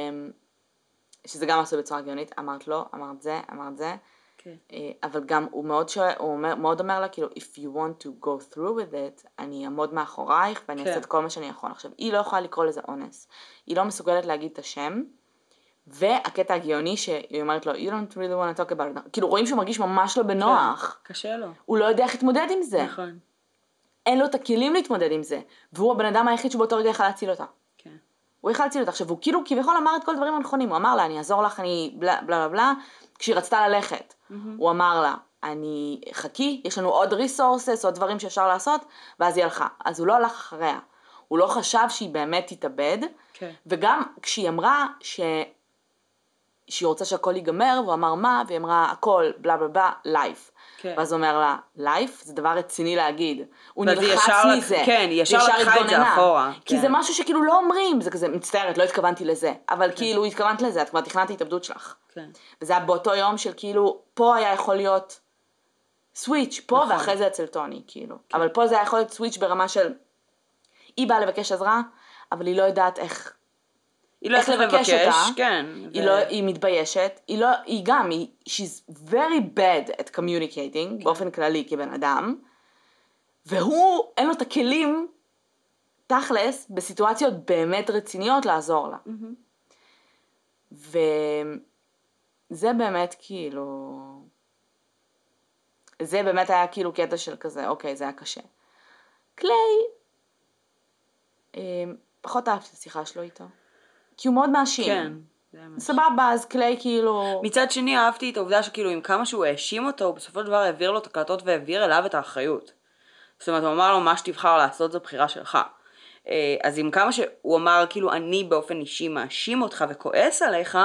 שזה גם עשו בצורה גאונית, אמרת לא, אמרת זה, אבל גם הוא מאוד אומר לה, כאילו, if you want to go through with it, אני אעמוד מאחורייך ואני אעשה את כל מה שאני יכול. עכשיו, היא לא יכולה לקרוא לזה אונס. היא לא מסוגלת להגיד את השם, והקטע הגאוני שהיא אומרת לו, you don't really want to talk about it. כאילו, רואים שהוא מרגיש ממש לא בנוח. קשה לו. הוא לא יודע איך להתמודד עם זה. נכון. אין לו את הכלים להתמודד עם זה. והוא הבן אדם היחיד שבאותו רגע יכל להציל אותה. כן. הוא יכל להציל אותה. עכשיו, הוא כאילו כביכול אמר את כל הדברים הנכונים. הוא אמר לה, אני אעזור לך, אני בלה בלה בלה, כשהיא רצתה ללכת. הוא אמר לה, אני חכי, יש לנו עוד resources, עוד דברים שאפשר לעשות, ואז היא הלכה. אז הוא לא הלך אחריה. הוא לא חשב שהיא באמת תתאבד, וגם כשהיא אמרה שהיא רוצה שהכל ייגמר, והוא אמר מה, והיא אמרה הכל, בלה בלה בלה, life. ואז הוא אומר לה, life זה דבר רציני להגיד. הוא נלחץ מזה. כן, ישר לקחה את זה אחורה. כי זה משהו שכאילו לא אומרים, זה כזה מצטערת, לא התכוונתי לזה. אבל כאילו התכוונת לזה, את כבר תכננת התאבדות שלך. וזה היה באותו יום של כאילו, פה היה יכול להיות סוויץ', פה ואחרי זה אצל טוני, כאילו. אבל פה זה היה יכול להיות סוויץ' ברמה של, היא באה לבקש עזרה, אבל היא לא יודעת איך לבקש אותה. כן. היא מתביישת, היא גם, she's very bad at communicating, באופן כללי כבן אדם, והוא, אין לו את הכלים, תכלס, בסיטואציות באמת רציניות לעזור לה. וזה באמת כאילו, זה באמת היה כאילו קטע של כזה, אוקיי, זה היה קשה. קליי, פחות אהבתי את השיחה שלו איתו. כי הוא מאוד מאשים. כן. סבבה, אז קליי כאילו... מצד שני אהבתי את העובדה שכאילו עם כמה שהוא האשים אותו, הוא בסופו של דבר העביר לו את הקלטות והעביר אליו את האחריות. זאת אומרת, הוא אמר לו, מה שתבחר לעשות זו בחירה שלך. אז עם כמה שהוא אמר, כאילו, אני באופן אישי מאשים אותך וכועס עליך,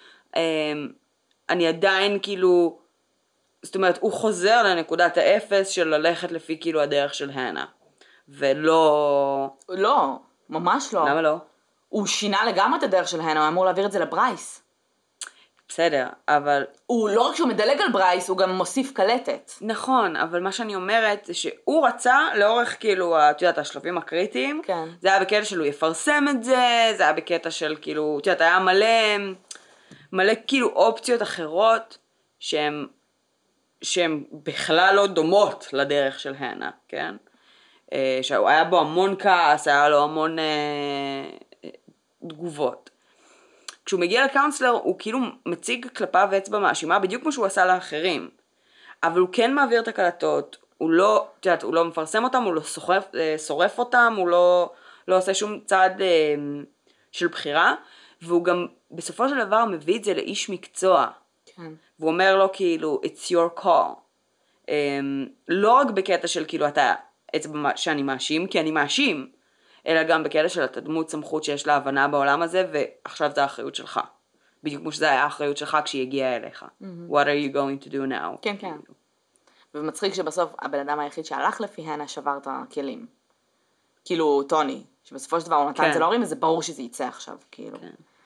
אני עדיין כאילו, זאת אומרת, הוא חוזר לנקודת האפס של ללכת לפי כאילו הדרך של הנה. ולא... לא, ממש לא. למה לא? הוא שינה לגמרי את הדרך של הנה, הוא אמור להעביר את זה לברייס. בסדר, אבל... הוא לא רק שהוא מדלג על ברייס, הוא גם מוסיף קלטת. נכון, אבל מה שאני אומרת זה שהוא רצה לאורך כאילו, את יודעת, השלבים הקריטיים, כן. זה היה בקטע שלו יפרסם את זה, זה היה בקטע של כאילו, את יודעת, היה מלא כאילו אופציות אחרות שהן בכלל לא דומות לדרך של הנה, כן? שהיה בו המון כעס, היה לו המון תגובות. כשהוא מגיע לקאונסלר, הוא כאילו מציג כלפיו אצבע מאשימה, בדיוק כמו שהוא עשה לאחרים. אבל הוא כן מעביר את הקלטות, הוא לא, את יודעת, הוא לא מפרסם אותם, הוא לא שורף אותם, הוא לא עושה שום צעד של בחירה, והוא גם בסופו של דבר מביא את זה לאיש מקצוע. כן. והוא אומר לו כאילו, it's your call. לא רק בקטע של כאילו, אתה אצבע שאני מאשים, כי אני מאשים, אלא גם בקטע של התדמות סמכות שיש לה הבנה בעולם הזה, ועכשיו זה האחריות שלך. בדיוק כמו שזה היה האחריות שלך כשהיא הגיעה אליך. What are you going to do now? כן, כן. ומצחיק שבסוף הבן אדם היחיד שהלך לפי הנה שבר את הכלים. כאילו טוני, שבסופו של דבר הוא נתן את זה להורים, וזה ברור שזה יצא עכשיו, כאילו.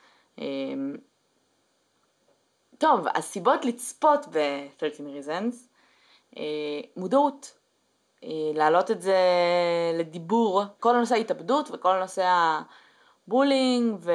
טוב, הסיבות לצפות ב-13 Reasons, מודעות. להעלות את זה לדיבור, כל הנושא ההתאבדות וכל הנושא הבולינג ו...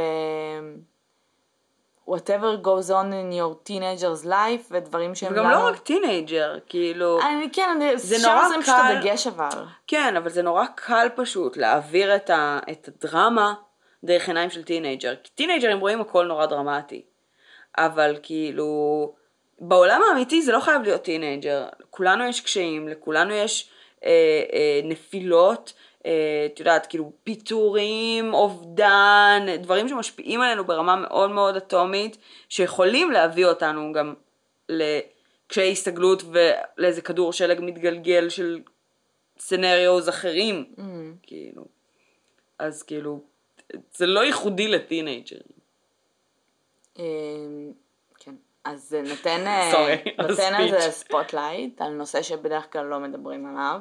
whatever goes on in your teenager's life ודברים שהם וגם לא רק טינג'ר, כאילו... כן, שם זה פשוט הדגש אבל. כן, אבל זה נורא קל פשוט להעביר את הדרמה דרך עיניים של טינג'ר, כי טינג'רים רואים הכל נורא דרמטי, אבל כאילו... בעולם האמיתי זה לא חייב להיות טינג'ר, לכולנו יש קשיים, לכולנו יש... נפילות, את יודעת, כאילו פיטורים, אובדן, דברים שמשפיעים עלינו ברמה מאוד מאוד אטומית, שיכולים להביא אותנו גם לקשיי הסתגלות ולאיזה כדור שלג מתגלגל של סנריוז אחרים, כאילו. אז כאילו, זה לא ייחודי לטינג'רים. כן. אז נותן על זה ספוטלייט, על נושא שבדרך כלל לא מדברים עליו.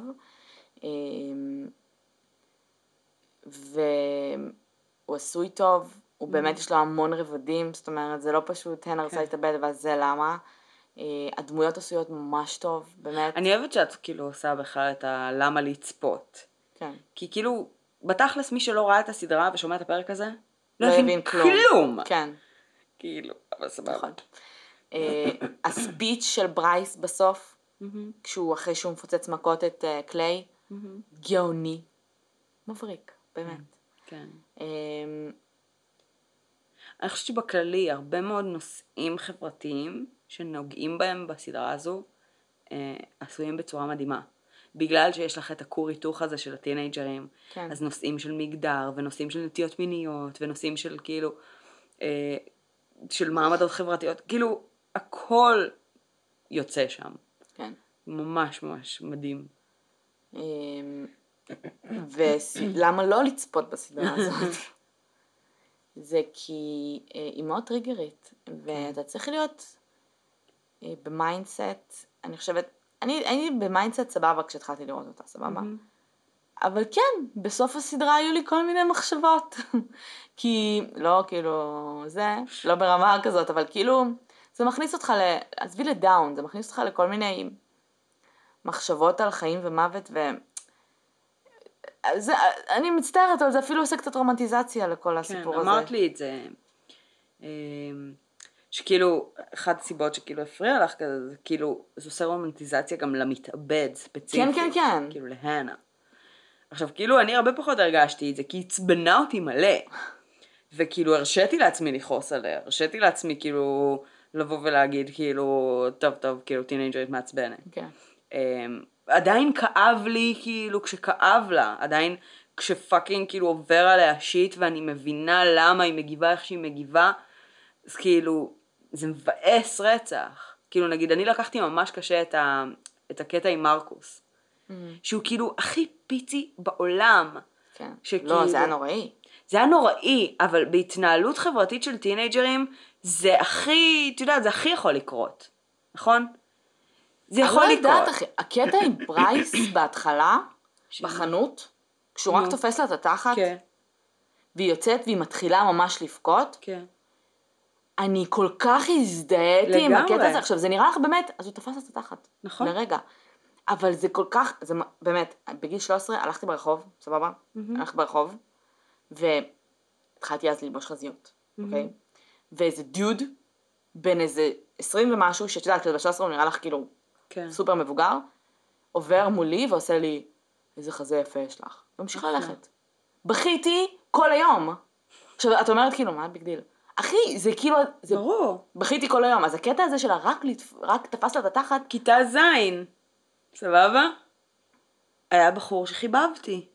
והוא עשוי טוב, הוא באמת יש לו המון רבדים, זאת אומרת, זה לא פשוט, הן הרצה להתאבד, ואז זה למה. הדמויות עשויות ממש טוב, באמת. אני אוהבת שאת כאילו עושה בכלל את הלמה לצפות. כן. כי כאילו, בתכלס מי שלא ראה את הסדרה ושומע את הפרק הזה, לא הבין כלום. כן. כאילו, אבל סבבה. הספיץ' של ברייס בסוף, כשהוא אחרי שהוא מפוצץ מכות את קליי, גאוני, מבריק, באמת. כן. אני חושבת שבכללי הרבה מאוד נושאים חברתיים שנוגעים בהם בסדרה הזו עשויים בצורה מדהימה. בגלל שיש לך את הכור היתוך הזה של הטינג'רים, כן. אז נושאים של מגדר ונושאים של נטיות מיניות ונושאים של כאילו של מעמדות חברתיות, כאילו הכל יוצא שם. כן. ממש ממש מדהים. ולמה לא לצפות בסדרה הזאת? זה כי היא מאוד טריגרית, ואתה צריך להיות במיינדסט, אני חושבת, אני במיינדסט סבבה כשהתחלתי לראות אותה, סבבה? אבל כן, בסוף הסדרה היו לי כל מיני מחשבות, כי לא כאילו זה, לא ברמה כזאת, אבל כאילו זה מכניס אותך, עזבי לדאון, זה מכניס אותך לכל מיני מחשבות על חיים ומוות, אני מצטערת, אבל זה אפילו עושה קצת רומנטיזציה לכל הסיפור הזה. כן, אמרת לי את זה, שכאילו, אחת הסיבות שכאילו הפריע לך כזה, זה כאילו, זה עושה רומנטיזציה גם למתאבד ספציפית. כן, כן, כן. כאילו להנה. עכשיו, כאילו, אני הרבה פחות הרגשתי את זה, כי הצבנה אותי מלא. וכאילו, הרשיתי לעצמי לכעוס עליה, הרשיתי לעצמי כאילו, לבוא ולהגיד כאילו, טוב, כאילו, טינג'רית מעצבנת. כן. עדיין כאב לי כאילו כשכאב לה, עדיין כשפאקינג כאילו עובר עליה שיט ואני מבינה למה היא מגיבה איך שהיא מגיבה, אז כאילו זה מבאס רצח. כאילו נגיד אני לקחתי ממש קשה את הקטע עם מרקוס, שהוא כאילו הכי פיצי בעולם, כן. שכאילו... לא, זה היה נוראי. זה היה נוראי, אבל בהתנהלות חברתית של טינג'רים, זה הכי, את יודעת, זה הכי יכול לקרות, נכון? זה יכול לקרות. אני לא יודעת, אחי, הקטע עם ברייס בהתחלה, בחנות, כשהוא רק תופס לה את התחת, והיא יוצאת והיא מתחילה ממש לבכות, אני כל כך הזדהיתי עם הקטע הזה. עכשיו, זה נראה לך באמת, אז הוא תפס לה את התחת. נכון. לרגע. אבל זה כל כך, זה באמת, בגיל 13 הלכתי ברחוב, סבבה? הלכתי ברחוב, והתחלתי אז ללבוש חזיות, אוקיי? ואיזה דיוד, בין איזה 20 ומשהו, שאת יודעת, כשזה ב-13 הוא נראה לך כאילו סופר מבוגר, עובר מולי ועושה לי, איזה חזה יפה יש לך. וממשיך ללכת. בכיתי כל היום. עכשיו, את אומרת כאילו, מה ביג דיל? אחי, זה כאילו, ברור. בכיתי כל היום. אז הקטע הזה שלה רק תפס לה את התחת. כיתה זין. סבבה? היה בחור שחיבבתי.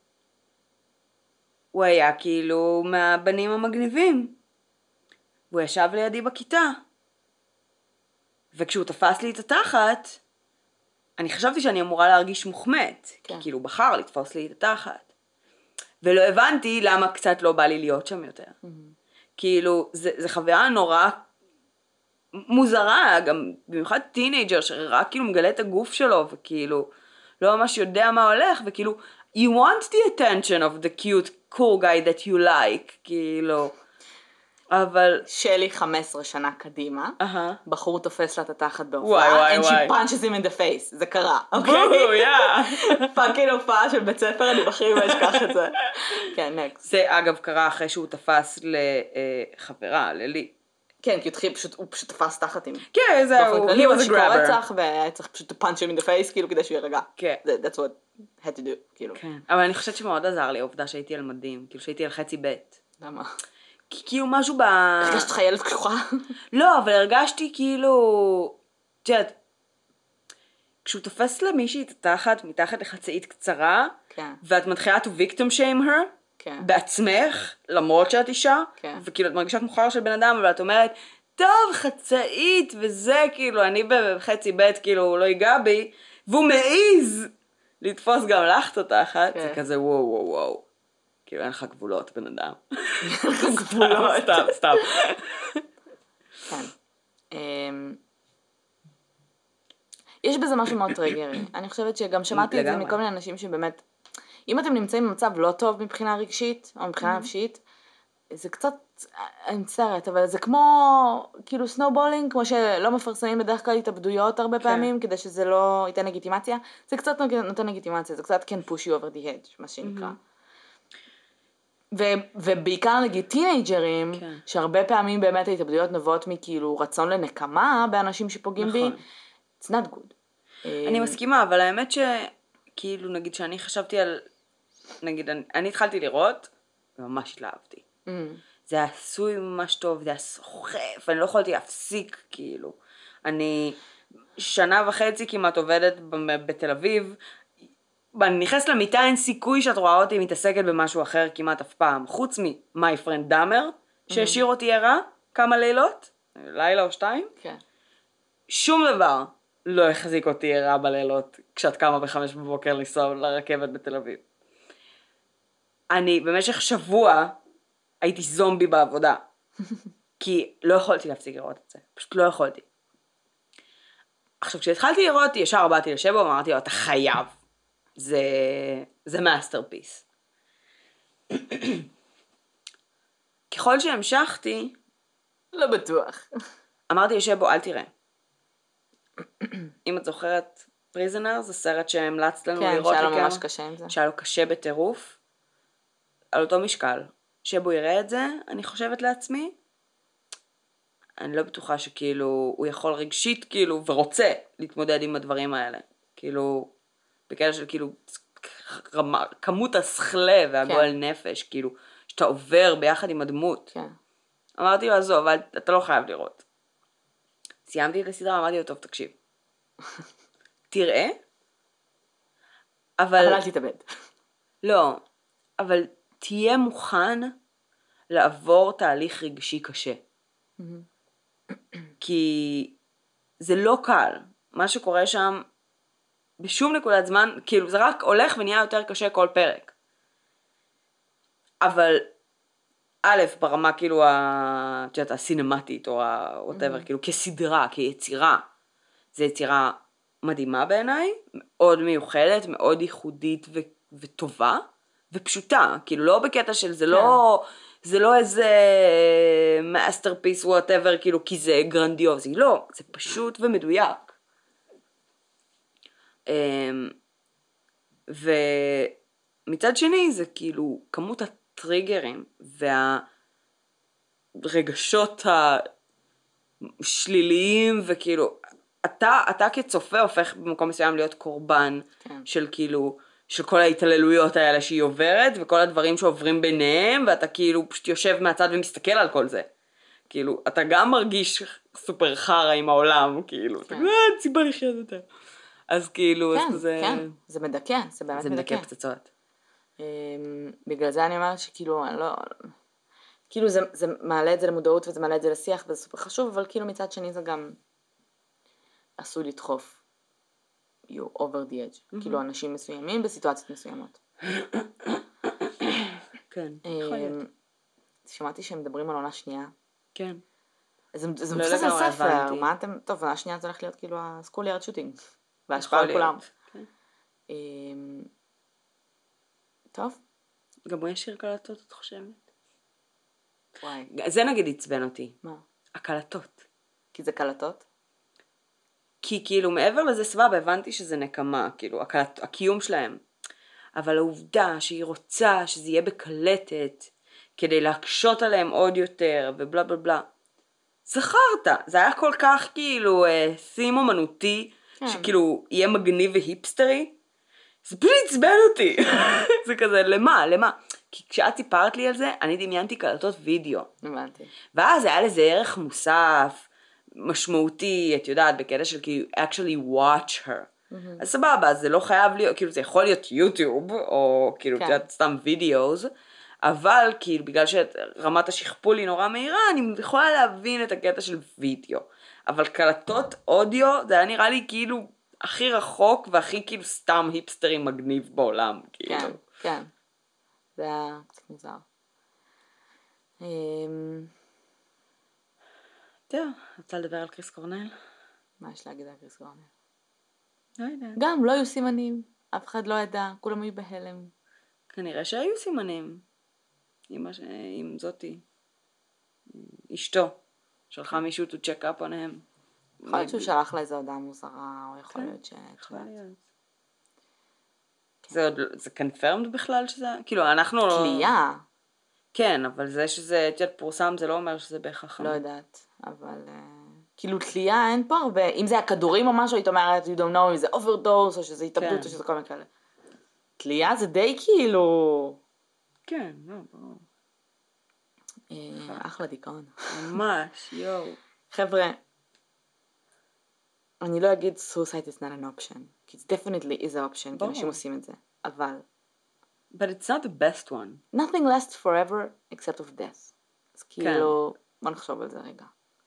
הוא היה כאילו מהבנים המגניבים. והוא ישב לידי בכיתה. וכשהוא תפס לי את התחת, אני חשבתי שאני אמורה להרגיש מוחמאת. כי כאילו הוא בחר לתפוס לי את התחת. ולא הבנתי למה קצת לא בא לי להיות שם יותר. כאילו, זה חוויה נורא מוזרה, גם במיוחד טינג'ר שרק כאילו מגלה את הגוף שלו, וכאילו לא ממש יודע מה הולך, וכאילו, you want the attention of the cute cool guy that you like, כאילו, אבל... שלי 15 שנה קדימה, בחור תופס לה את התחת וואי, בהופעה, and וואי. she punches him in the face, זה קרה, בואו, יא! פאקינג הופעה של בית ספר, אני בחיים לא אשכח את זה. כן, נקסט. זה אגב קרה אחרי שהוא תפס לחברה, ללי. כן, כי הוא פשוט תפס תחת עם... כן, זהו, he was a grabber. רצח, והיה צריך פשוט punch him in the face, כאילו, כדי שהוא ירגע. כן. That's what had to do, כאילו. כן, אבל אני חושבת שמאוד עזר לי העובדה שהייתי על מדים, כאילו שהייתי על חצי בית. למה? כי כאילו משהו הרגשת חיילת קשוחה? לא, אבל הרגשתי כאילו... תשעת, כשהוא תופס למישהי את התחת, מתחת לחצאית קצרה, ואת מתחילה to victim shame her, בעצמך, למרות שאת אישה, וכאילו את מרגישה כמו חרא של בן אדם, אבל את אומרת, טוב, חצאית, וזה כאילו, אני בחצי בית, כאילו, הוא לא ייגע בי, והוא מעיז לתפוס גם לך את התחת, זה כזה וואו וואו וואו. כאילו אין לך גבולות, בן אדם. גבולות. סתם. כן. יש בזה משהו מאוד טריגרי. אני חושבת שגם שמעתי את זה מכל מיני אנשים שבאמת, אם אתם נמצאים במצב לא טוב מבחינה רגשית, או מבחינה נפשית, זה קצת, אני מצטערת, אבל זה כמו, כאילו סנובולינג, כמו שלא מפרסמים בדרך כלל התאבדויות הרבה פעמים, כדי שזה לא ייתן לגיטימציה, זה קצת נותן לגיטימציה, זה קצת כן push you over the edge, מה שנקרא. ובעיקר נגיד טינג'רים, שהרבה פעמים באמת ההתאבדויות נובעות מכאילו רצון לנקמה באנשים שפוגעים בי, it's not good. אני מסכימה, אבל האמת שכאילו נגיד שאני חשבתי על, נגיד אני התחלתי לראות, וממש התלהבתי. זה היה עשוי ממש טוב, זה היה סוחף, אני לא יכולתי להפסיק כאילו. אני 1.5 שנה כמעט עובדת בתל אביב, אני נכנס למיטה, אין סיכוי שאת רואה אותי מתעסקת במשהו אחר כמעט אף פעם, חוץ מ-My Friend Dahmer, שהשאיר אותי ערה כמה לילות, לילה או 2, שום דבר לא החזיק אותי ערה בלילות, כשאת קמה ב5 בבוקר לנסוע לרכבת בתל אביב. אני במשך שבוע הייתי זומבי בעבודה, כי לא יכולתי להפסיק לראות את זה, פשוט לא יכולתי. עכשיו כשהתחלתי לראות, ישר באתי לשבו ואמרתי לו, אתה חייב. זה מאסטרפיס. ככל שהמשכתי, לא בטוח. אמרתי לשבו, אל תראה. אם את זוכרת, פריזנר, זה סרט שהמלצת לנו לראות. כן, שהיה לו ממש קשה עם זה. שהיה לו קשה בטירוף. על אותו משקל. שבו יראה את זה, אני חושבת לעצמי, אני לא בטוחה שכאילו, הוא יכול רגשית כאילו, ורוצה להתמודד עם הדברים האלה. כאילו, בקטע של כאילו, כמות השכלה והגועל נפש, כאילו, שאתה עובר ביחד עם הדמות. אמרתי לו, עזוב, אתה לא חייב לראות. סיימתי את הסדרה, אמרתי לו, טוב, תקשיב. תראה, אבל אל תתאבד. לא, אבל תהיה מוכן לעבור תהליך רגשי קשה. כי זה לא קל. מה שקורה שם, בשום נקודת זמן, כאילו זה רק הולך ונהיה יותר קשה כל פרק. אבל א', ברמה כאילו הסינמטית או whatever, כאילו כסדרה, כיצירה, זו יצירה מדהימה בעיניי, מאוד מיוחדת, מאוד ייחודית וטובה, ופשוטה, כאילו לא בקטע של זה לא איזה מאסטרפיס whatever, כאילו כי זה גרנדיוזי, לא, זה פשוט ומדויק. ומצד שני זה כאילו כמות הטריגרים והרגשות השליליים, וכאילו אתה כצופה הופך במקום מסוים להיות קורבן של כאילו של כל ההתעללויות האלה שהיא עוברת וכל הדברים שעוברים ביניהם, ואתה כאילו פשוט יושב מהצד ומסתכל על כל זה, כאילו אתה גם מרגיש סופר חרה עם העולם, כאילו ציבה לחיות יותר, אז כאילו זה מדכא, זה באמת מדכא, מדכא פצצות. בגלל זה אני אומרת שכאילו כאילו זה מעלה את זה למודעות וזה מעלה את זה לשיח וזה סופר חשוב, אבל כאילו מצד שני זה גם עשוי לדחוף you over the edge, כאילו אנשים מסוימים בסיטואציות מסוימות. כן, יכול להיות. שמעתי שהם מדברים על עונה שנייה. כן. זה מבוסס על ספר, מה אתם, טוב, עונה שנייה זה הולך להיות כאילו הסקוליארד שוטינג, והשפעה על כולם. טוב. גם יש שיר קלטות, את חושבת? וואי. זה נגיד עצבן אותי. מה? הקלטות. כי זה קלטות? כי כאילו מעבר לזה סבבה, הבנתי שזה נקמה, כאילו הקיום שלהם. אבל העובדה שהיא רוצה שזה יהיה בקלטת, כדי להקשות עליהם עוד יותר, ובלה בלה בלה. זכרת, זה היה כל כך כאילו סים אומנותי, שכאילו יהיה מגניב והיפסטרי. זה פשוט עצבן אותי. זה כזה, למה? כי כשאת סיפרת לי על זה, אני דמיינתי קלטות וידאו. הבנתי. ואז היה לזה ערך מוסף, משמעותי, את יודעת, בקטע של כאילו, actually watch her. אז סבבה, זה לא חייב להיות, כאילו זה יכול להיות יוטיוב, או כאילו, את יודעת, סתם וידאוז, אבל כאילו, בגלל שרמת השכפול היא נורא מהירה, אני יכולה להבין את הקטע של וידאו. אבל קלטות אודיו, זה היה נראה לי כאילו, הכי רחוק, והכי כאילו סתם היפסטרי מגניב בעולם, כאילו. כן. זה היה קצת מוזר. טוב, רוצה לדבר על קריס קורנל? מה יש להגיד על קריס קורנל? לא יודעת. גם לא היו סימנים, אף אחד לא ידע, כולם היו בהלם. כנראה שהיו סימנים. עם זאתי. אשתו. שלחה מישהו to check up on him. יכול להיות שהוא שלח לה איזו הודעה מוזרה, או יכול להיות ש... זה confirmed בכלל שזה... כאילו, אנחנו לא... תלייה. כן, אבל זה שזה פורסם, זה לא אומר שזה בהכרח. לא יודעת, אבל... כאילו, תלייה אין פה הרבה... אם זה הכדורים או משהו, היית אומרת, you don't know, אם זה overdose, או שזה התאבדות, או שזה כל מיני כאלה. תלייה זה די כאילו... כן, לא, ברור. אחלה דיכאון. ממש, יואו. חבר'ה, אני לא אגיד suicide is not an option, כי it definitely is an option, כי אנשים עושים את זה, אבל... But it's not the best one. Nothing lasts forever except of death. אז כאילו, בוא נחשוב על זה רגע.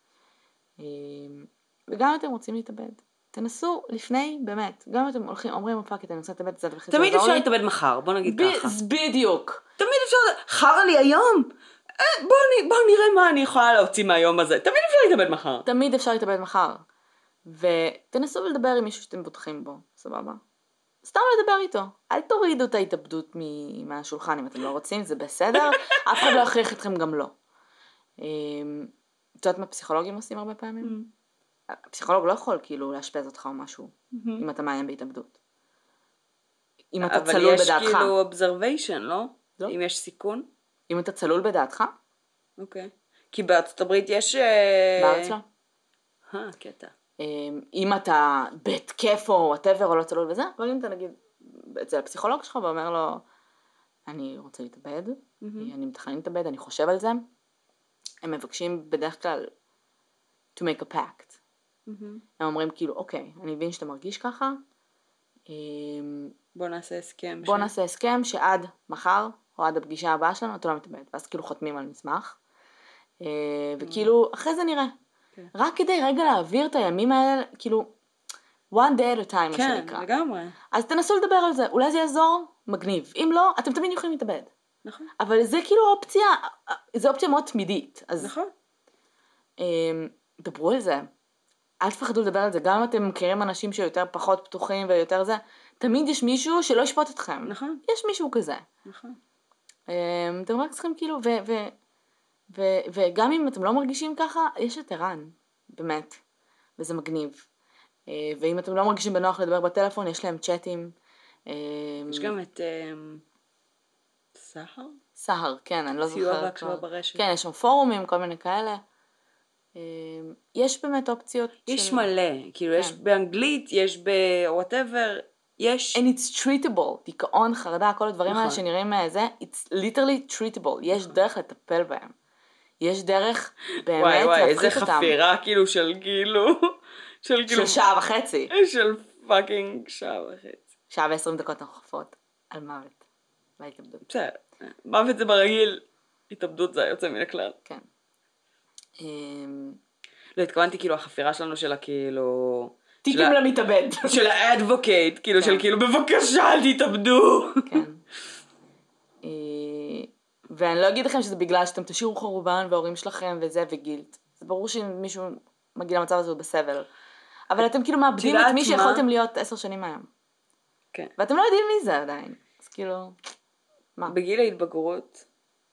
וגם אם אתם רוצים להתאבד, תנסו לפני, באמת, גם אם אתם הולכים, אומרים, פאק, אתם רוצים להתאבד, זה וחצי. תמיד אפשר להתאבד מחר, בוא נגיד ככה. בדיוק. תמיד אפשר, חרה לי היום. בוא נראה מה אני יכולה להוציא מהיום הזה. תמיד אפשר להתאבד מחר. תמיד אפשר להתאבד מחר. ותנסו לדבר עם מישהו שאתם בוטחים בו, סבבה? סתם לדבר איתו. אל תורידו את ההתאבדות מהשולחן אם אתם לא רוצים, זה בסדר. אף אחד לא יכריח אתכם גם לא. את יודעת מה פסיכולוגים עושים הרבה פעמים? הפסיכולוג לא יכול כאילו להשפז אותך או משהו, אם אתה מאיים בהתאבדות. אם אתה צלול בדעתך. אבל יש כאילו observation, לא? אם יש סיכון? אם אתה צלול בדעתך? אוקיי. כי בארצות הברית יש... בארץ לא. קטע. אם אתה בהתקף או whatever או לא צלול וזה, אבל אם אתה נגיד אצל הפסיכולוג שלך ואומר לו, אני רוצה להתאבד, אני מתכנן להתאבד, אני חושב על זה, הם מבקשים בדרך כלל to make a pact. הם אומרים כאילו, אוקיי, אני מבין שאתה מרגיש ככה, בוא נעשה הסכם. בוא נעשה הסכם שעד מחר או עד הפגישה הבאה שלנו אתה לא מתאבד, ואז כאילו חותמים על מסמך, וכאילו אחרי זה נראה. רק כדי רגע להעביר את הימים האלה, כאילו, one day at a time, מה שנקרא. כן, לגמרי. אז תנסו לדבר על זה, אולי זה יעזור, מגניב. אם לא, אתם תמיד יכולים להתאבד. נכון. אבל זה כאילו אופציה, זו אופציה מאוד תמידית. אז נכון. דברו על זה. אל תפחדו לדבר על זה. גם אם אתם מכירים אנשים שיותר פחות פתוחים ויותר זה, תמיד יש מישהו שלא ישפוט אתכם. נכון. יש מישהו כזה. נכון. אתם רק צריכים כאילו, וגם אם אתם לא מרגישים ככה, יש את ערן, באמת, וזה מגניב. ואם אתם לא מרגישים בנוח לדבר בטלפון, יש להם צ'אטים. יש גם את סהר? סהר, כן, אני לא זוכרת. סיוע והקשבה ברשת. כן, יש שם פורומים, כל מיני כאלה. יש באמת אופציות. יש מלא, כאילו יש באנגלית, יש ב-whatever, יש... And it's treatable, דיכאון, חרדה, כל הדברים האלה שנראים זה, it's literally treatable, יש דרך לטפל בהם. יש דרך באמת להפחית אותם. וואי, איזה חפירה כאילו של של שעה וחצי. של פאקינג שעה וחצי. שעה ו20 דקות אנחנו חפות על מוות. והתאבדות. בסדר, מוות זה ברגיל, התאבדות זה יוצא מן הכלל. כן. לא, התכוונתי כאילו החפירה שלנו של הכאילו... טיפים למתאבד. של האדבוקייט, כאילו של כאילו בבקשה אל תתאבדו. כן. ואני לא אגיד לכם שזה בגלל שאתם תשאירו חורבן וההורים שלכם וזה וגילט. זה ברור שמישהו מגיע למצב הזה בסבל. אבל אתם כאילו מאבדים את מי שיכולתם להיות 10 שנים היום. כן. ואתם לא יודעים מי זה עדיין. אז כאילו, מה? בגיל ההתבגרות,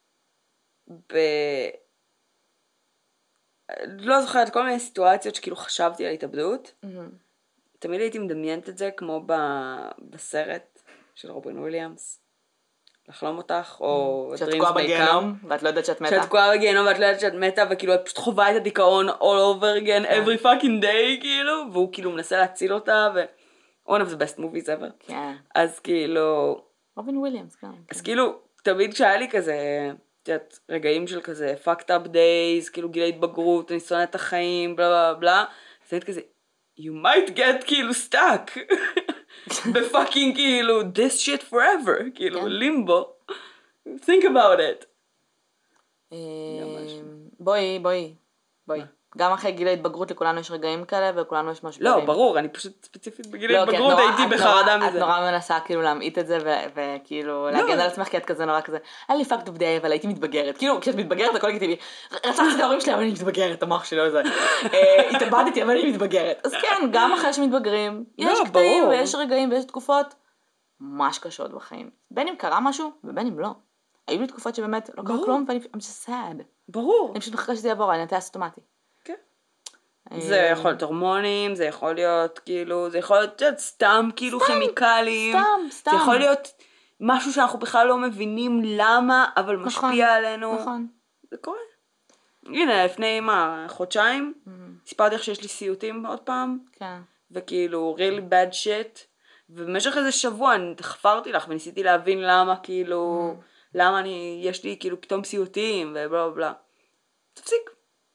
לא זוכרת כל מיני סיטואציות שכאילו חשבתי על התאבדות. תמיד הייתי מדמיינת את זה כמו בסרט של רובין וויליאמס. לחלום אותך, או שאת תקועה בגיהנום, ואת לא יודעת שאת מתה. שאת תקועה בגיהנום, ואת לא יודעת שאת מתה, וכאילו את פשוט חווה את הדיכאון all over again, every fucking day, כאילו, והוא כאילו מנסה להציל אותה, one of the best movies ever. כן. אז כאילו... רובין וויליאמס, כן. אז כאילו, תמיד כשהיה לי כזה, את רגעים של כזה fucked up days, כאילו גיל ההתבגרות, אני שונאת את החיים, בלה בלה בלה, אז הייתי כזה, you might get כאילו stuck. בפאקינג כאילו this shit forever, כאילו לימבו. think about it. בואי. גם אחרי גיל ההתבגרות לכולנו יש רגעים כאלה ולכולנו יש משברים. לא, ברור, אני פשוט ספציפית בגיל ההתבגרות הייתי בחרדה מזה. את נורא מנסה כאילו להמעיט את זה וכאילו להגן על עצמך כי את כזה נורא כזה, היה לי fucked up day אבל הייתי מתבגרת. כאילו כשאת מתבגרת הכל לגיטימי, רצחתי את ההורים שלי אבל אני מתבגרת, המוח שלי לא זה. התאבדתי אבל אני מתבגרת. אז כן, גם אחרי שמתבגרים, יש קטעים ויש רגעים ויש תקופות ממש קשות בחיים. בין אם קרה משהו ובין אם לא. היו לי תקופות שבאמת לא קרה כלום ואני just sad. ברור. אני פשוט מחכה שזה יעבור, אני אטייס אוטומטי. זה יכול להיות הורמונים, זה יכול להיות כאילו, זה יכול להיות סתם כאילו כימיקלים. סתם. זה יכול להיות משהו שאנחנו בכלל לא מבינים למה, אבל משפיע עלינו. נכון. זה קורה. הנה, לפני חודשיים, סיפרתי לך שיש לי סיוטים עוד פעם. כן. וכאילו, really bad shit. ובמשך איזה שבוע אני חפרתי לך וניסיתי להבין למה כאילו, למה יש לי כאילו פתאום סיוטים ובלה בלה. תפסיק.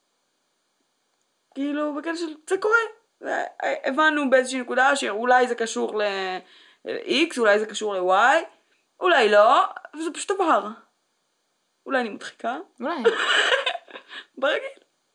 כאילו, בקטע של זה קורה. הבנו באיזושהי נקודה שאולי זה קשור ל-X, אולי זה קשור ל-Y, אולי לא, וזה פשוט עבר. אולי אני מדחיקה. אולי. ברגיל.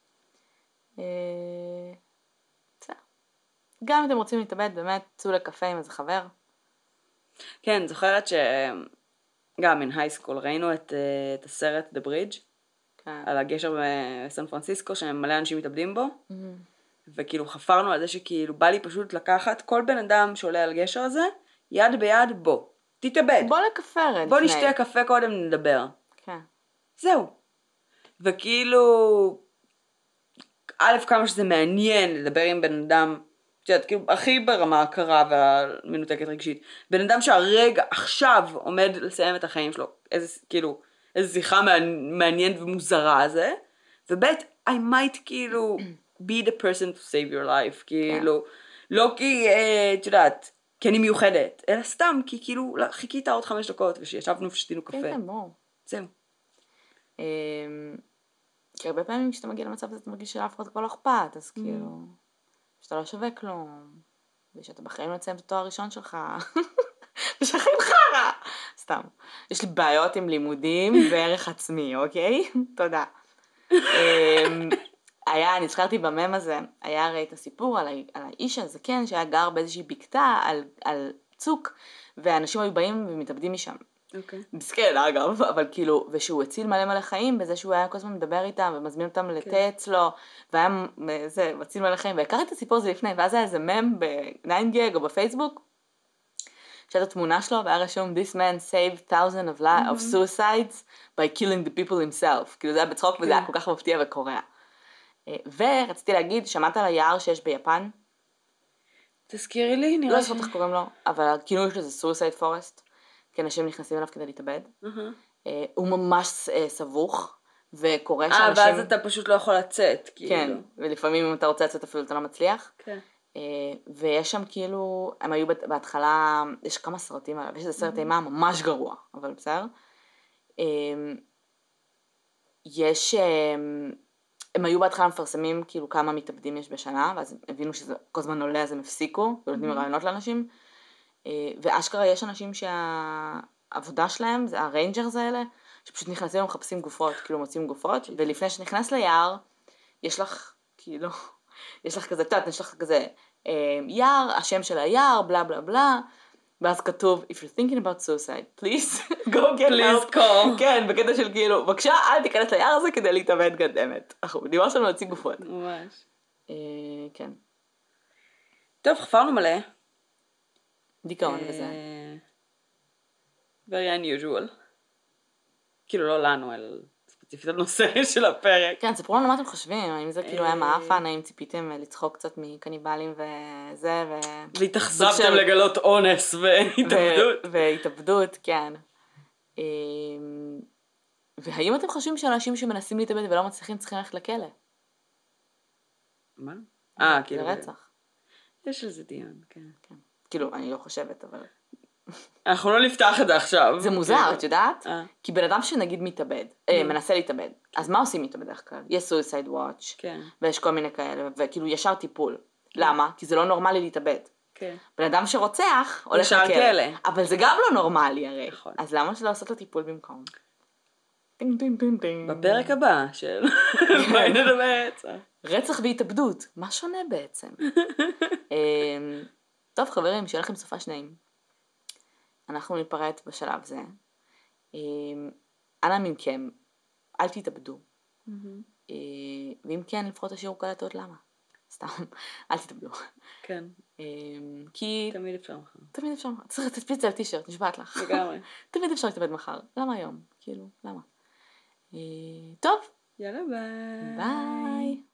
גם אם אתם רוצים להתאבד, באמת, צאו לקפה עם איזה חבר. כן, זוכרת שגם in high school ראינו את הסרט The Bridge. על הגשר בסן פרנסיסקו שמלא אנשים מתאבדים בו, וכאילו חפרנו על זה שכאילו בא לי פשוט לקחת כל בן אדם שעולה על גשר הזה, יד ביד בוא, תתאבד. בוא לקפה רד. בוא נשתה קפה קודם נדבר. כן. זהו. וכאילו, א' כמה שזה מעניין לדבר עם בן אדם, כאילו הכי ברמה הכרה והמנותקת רגשית, בן אדם שהרגע עכשיו עומד לסיים את החיים שלו, כאילו, איזו שיחה מעניינת ומוזרה הזה, ובית, I might כאילו be the person to save your life, כאילו, לא כי, את יודעת, כי אני מיוחדת, אלא סתם, כי כאילו חיכית עוד 5 דקות, ושישבנו ושתינו קפה. כן, ברור. זהו. כי הרבה פעמים כשאתה מגיע למצב הזה, אתה מרגיש שלאף אחד כבר לא אכפת, אז כאילו, שאתה לא שווה כלום, ושאתה בחיים לא תסיים את התואר הראשון שלך, ושחיים חרה. סתם. יש לי בעיות עם לימודים וערך עצמי, אוקיי? תודה. אני זכרתי במם הזה, היה הרי את הסיפור על האיש הזה, כן, שהיה גר באיזושהי בקתה על צוק, ואנשים היו באים ומתאבדים משם. אוקיי. מסכן אגב, אבל כאילו, ושהוא הציל מלא חיים בזה שהוא היה כל הזמן מדבר איתם ומזמין אותם לתה אצלו, והיה מציל מלא חיים, והכרתי את הסיפור הזה לפני, ואז היה איזה מם ב9gag או בפייסבוק, שהייתה תמונה שלו והיה רשום This man saved thousands of suicides by killing the people himself, כאילו זה היה בצחוק וזה היה כל כך מפתיע וקורע. ורציתי להגיד, שמעת על היער שיש ביפן? תזכירי לי, נראה לא זוכרת איך קוראים לו, אבל הכינוי יש לזה suicide forest, כי אנשים נכנסים אליו כדי להתאבד. הוא ממש סבוך, וקורא שאנשים... ואז אתה פשוט לא יכול לצאת, כאילו. כן, ולפעמים אם אתה רוצה לצאת אפילו אתה לא מצליח. כן. ויש שם כאילו, הם היו בהתחלה, יש כמה סרטים עליו, יש איזה סרט אימה ממש גרוע, אבל בסדר. יש, הם היו בהתחלה מפרסמים כאילו כמה מתאבדים יש בשנה, ואז הבינו שזה כל הזמן עולה, אז הם הפסיקו, ונותנים רעיונות לאנשים. ואשכרה יש אנשים שהעבודה שלהם, זה הריינג'רס האלה, שפשוט נכנסים ומחפשים גופות, כאילו מוצאים גופות, ולפני שנכנס ליער, יש לך, כאילו, יש לך כזה, יש לך כזה, יער, השם של היער, בלה בלה בלה, ואז כתוב, if you're thinking about suicide, please go get help. call. כן, בקטע של כאילו, בבקשה, אל תיכנס ליער הזה כדי להתאבד גדמת. אנחנו דיבר שלנו להוציא גופות. ממש. כן. טוב, חפרנו מלא. דיכאון וזה. very unusual. כאילו לא לנו, אלא ספציפית הנושא של הפרק. כן, ספרו לנו מה אתם חושבים, האם זה כאילו היה מאפן, האם ציפיתם לצחוק קצת מקניבלים וזה, והתאכזבתם לגלות אונס והתאבדות. והתאבדות, כן. והאם אתם חושבים שאנשים שמנסים להתאבד ולא מצליחים צריכים ללכת לכלא? מה? כאילו. זה רצח. יש לזה דיון, כן. כאילו, אני לא חושבת, אבל... אנחנו לא נפתח את זה עכשיו. זה מוזר, את יודעת? כי בן אדם שנגיד מתאבד, מנסה להתאבד, אז מה עושים איתו בדרך כלל? יש suicide watch, ויש כל מיני כאלה, וכאילו ישר טיפול. למה? כי זה לא נורמלי להתאבד. בן אדם שרוצח, הולך לכלא. אבל זה גם לא נורמלי הרי. אז למה שלא לעשות לו טיפול במקום? בפרק הבא של... רצח והתאבדות, מה שונה בעצם? טוב חברים, שיהיה לכם סופה שניים. אנחנו ניפרד בשלב זה. אנא מכם, אל תתאבדו. ואם כן, לפחות תשאירו קלטות למה. סתם, אל תתאבדו. כן. כי... תמיד אפשר מחר. תמיד אפשר מחר. צריך לתצפיץ את זה על טישרט, נשבעת לך. לגמרי. תמיד אפשר להתאבד מחר. למה היום? כאילו, למה? טוב. יאללה ביי. ביי.